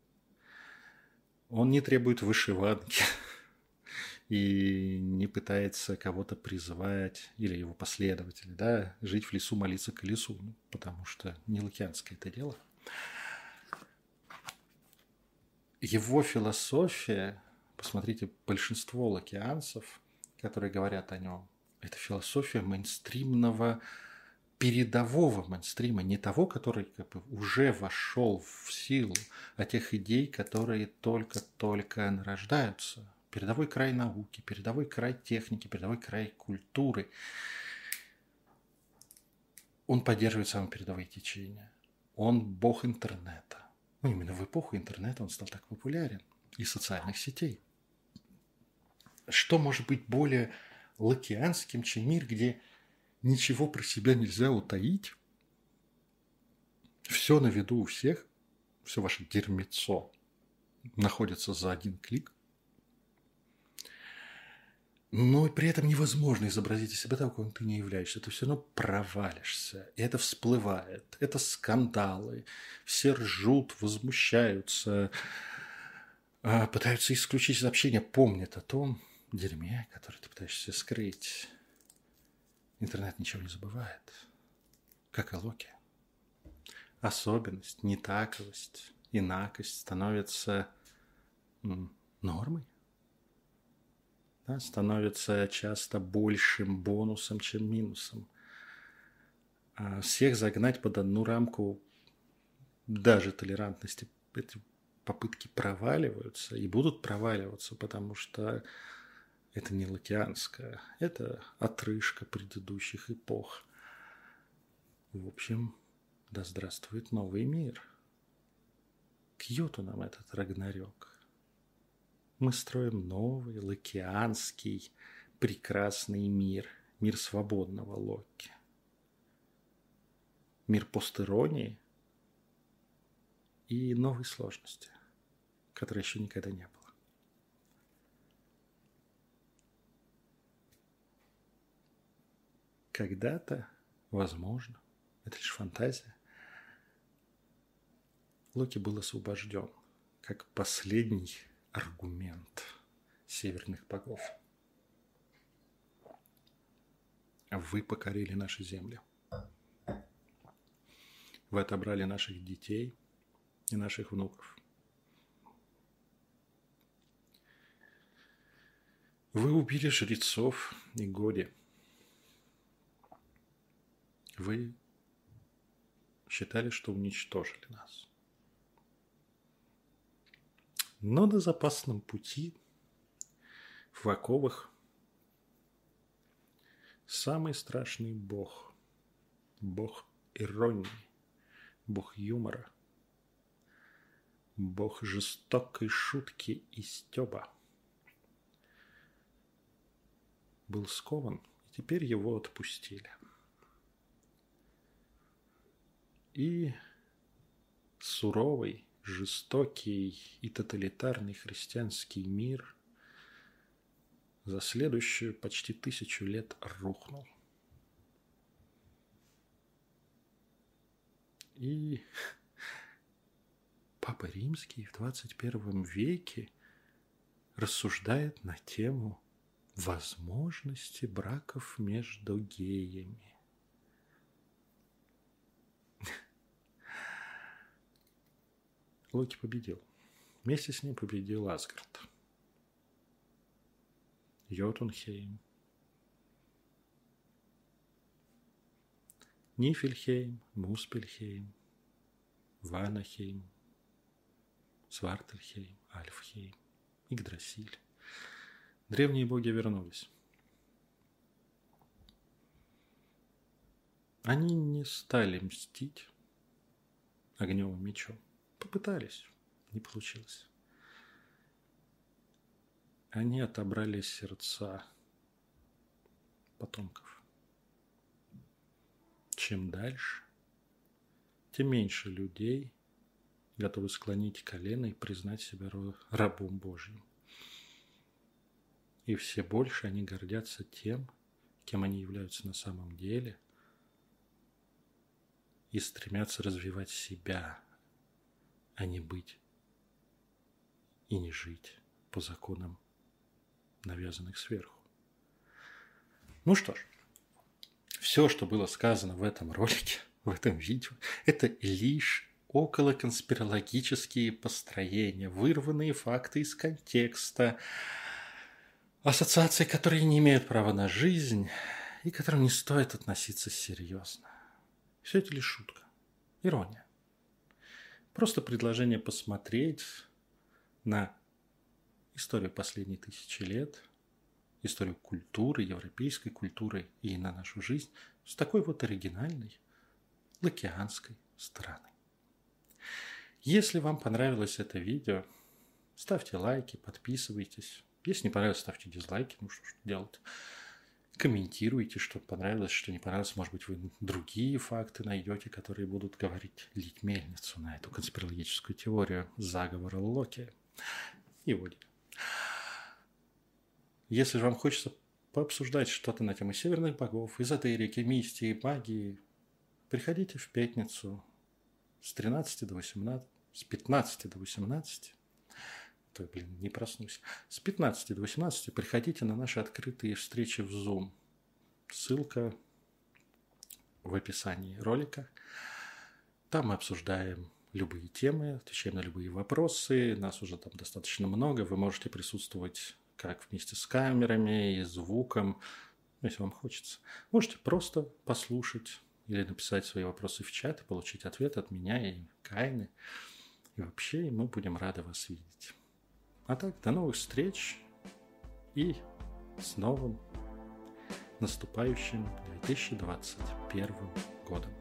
Он не требует вышиванки и не пытается кого-то призывать, или его последователи, да, жить в лесу, молиться колесу, ну, потому что не лукианское это дело. Его философия, посмотрите, большинство лукианцев, которые говорят о нем, это философия мейнстримного, передового мейнстрима, не того, который как бы уже вошел в силу, а тех идей, которые только-только нарождаются. Передовой край науки, передовой край техники, передовой край культуры. Он поддерживает самые передовые течения. Он бог интернета. Ну, именно в эпоху интернета он стал так популярен. И социальных сетей. Что может быть более локианским, чем мир, где ничего про себя нельзя утаить? Все на виду у всех. Все ваше дерьмецо находится за один клик. Но при этом невозможно изобразить из себя того, каким ты не являешься. Ты все равно провалишься. И это всплывает. Это скандалы. Все ржут, возмущаются, пытаются исключить из общения, помнят о том дерьме, которое ты пытаешься скрыть. Интернет ничего не забывает. Как и Локи. Особенность, нетаковость, инакость становятся нормой. Да, становится часто большим бонусом, чем минусом. А всех загнать под одну рамку даже толерантности, эти попытки проваливаются и будут проваливаться, потому что это не локианское, это отрыжка предыдущих эпох. В общем, да здравствует новый мир. К юту нам этот Рагнарёк. Мы строим новый, локианский, прекрасный мир. Мир свободного Локи. Мир постиронии и новой сложности, которой еще никогда не было. Когда-то, возможно, это лишь фантазия, Локи был освобожден как последний аргумент северных богов. Вы покорили наши земли. Вы отобрали наших детей и наших внуков. Вы убили жрецов и Годи. Вы считали, что уничтожили нас. Но на запасном пути, в оковах, самый страшный бог, бог иронии, бог юмора, бог жестокой шутки и стёба, был скован, и теперь его отпустили. И суровый, жестокий и тоталитарный христианский мир за следующую почти тысячу лет рухнул. И Папа Римский в двадцать первом веке рассуждает на тему возможности браков между геями. Локи победил. Вместе с ним победил Асгард. Йотунхейм. Нифельхейм, Муспельхейм, Ванахейм, Свартельхейм, Альфхейм, Игдрасиль. Древние боги вернулись. Они не стали мстить огнем и мечом. Попытались, не получилось. Они отобрали сердца потомков. Чем дальше, тем меньше людей готовы склонить колено и признать себя рабом Божьим. И все больше они гордятся тем, кем они являются на самом деле, и стремятся развивать себя, а не быть и не жить по законам, навязанных сверху. Ну что ж, все, что было сказано в этом ролике, в этом видео, это лишь околоконспирологические построения, вырванные факты из контекста, ассоциации, которые не имеют права на жизнь и к которым не стоит относиться серьезно. Все это лишь шутка, ирония. Просто предложение посмотреть на историю последней тысячи лет, историю культуры, европейской культуры и на нашу жизнь с такой вот оригинальной лакианской стороны. Если вам понравилось это видео, ставьте лайки, подписывайтесь. Если не понравилось, ставьте дизлайки, ну что ж делать. Комментируйте, что понравилось, что не понравилось. Может быть, вы другие факты найдете, которые будут говорить, лить мельницу на эту конспирологическую теорию заговора Локи и Оди. Если же вам хочется пообсуждать что-то на тему северных богов, эзотерики, мистики, магии, приходите в пятницу с тринадцати до восемнадцати, с пятнадцати до восемнадцати. То, блин, не проснусь. С пятнадцати до восемнадцати приходите на наши открытые встречи в Zoom. Ссылка в описании ролика. Там мы обсуждаем любые темы, отвечаем на любые вопросы. Нас уже там достаточно много. Вы можете присутствовать как вместе с камерами и звуком, если вам хочется. Можете просто послушать или написать свои вопросы в чат и получить ответ от меня и Кайны. И вообще мы будем рады вас видеть. А так, до новых встреч и с новым наступающим две тысячи двадцать первым годом.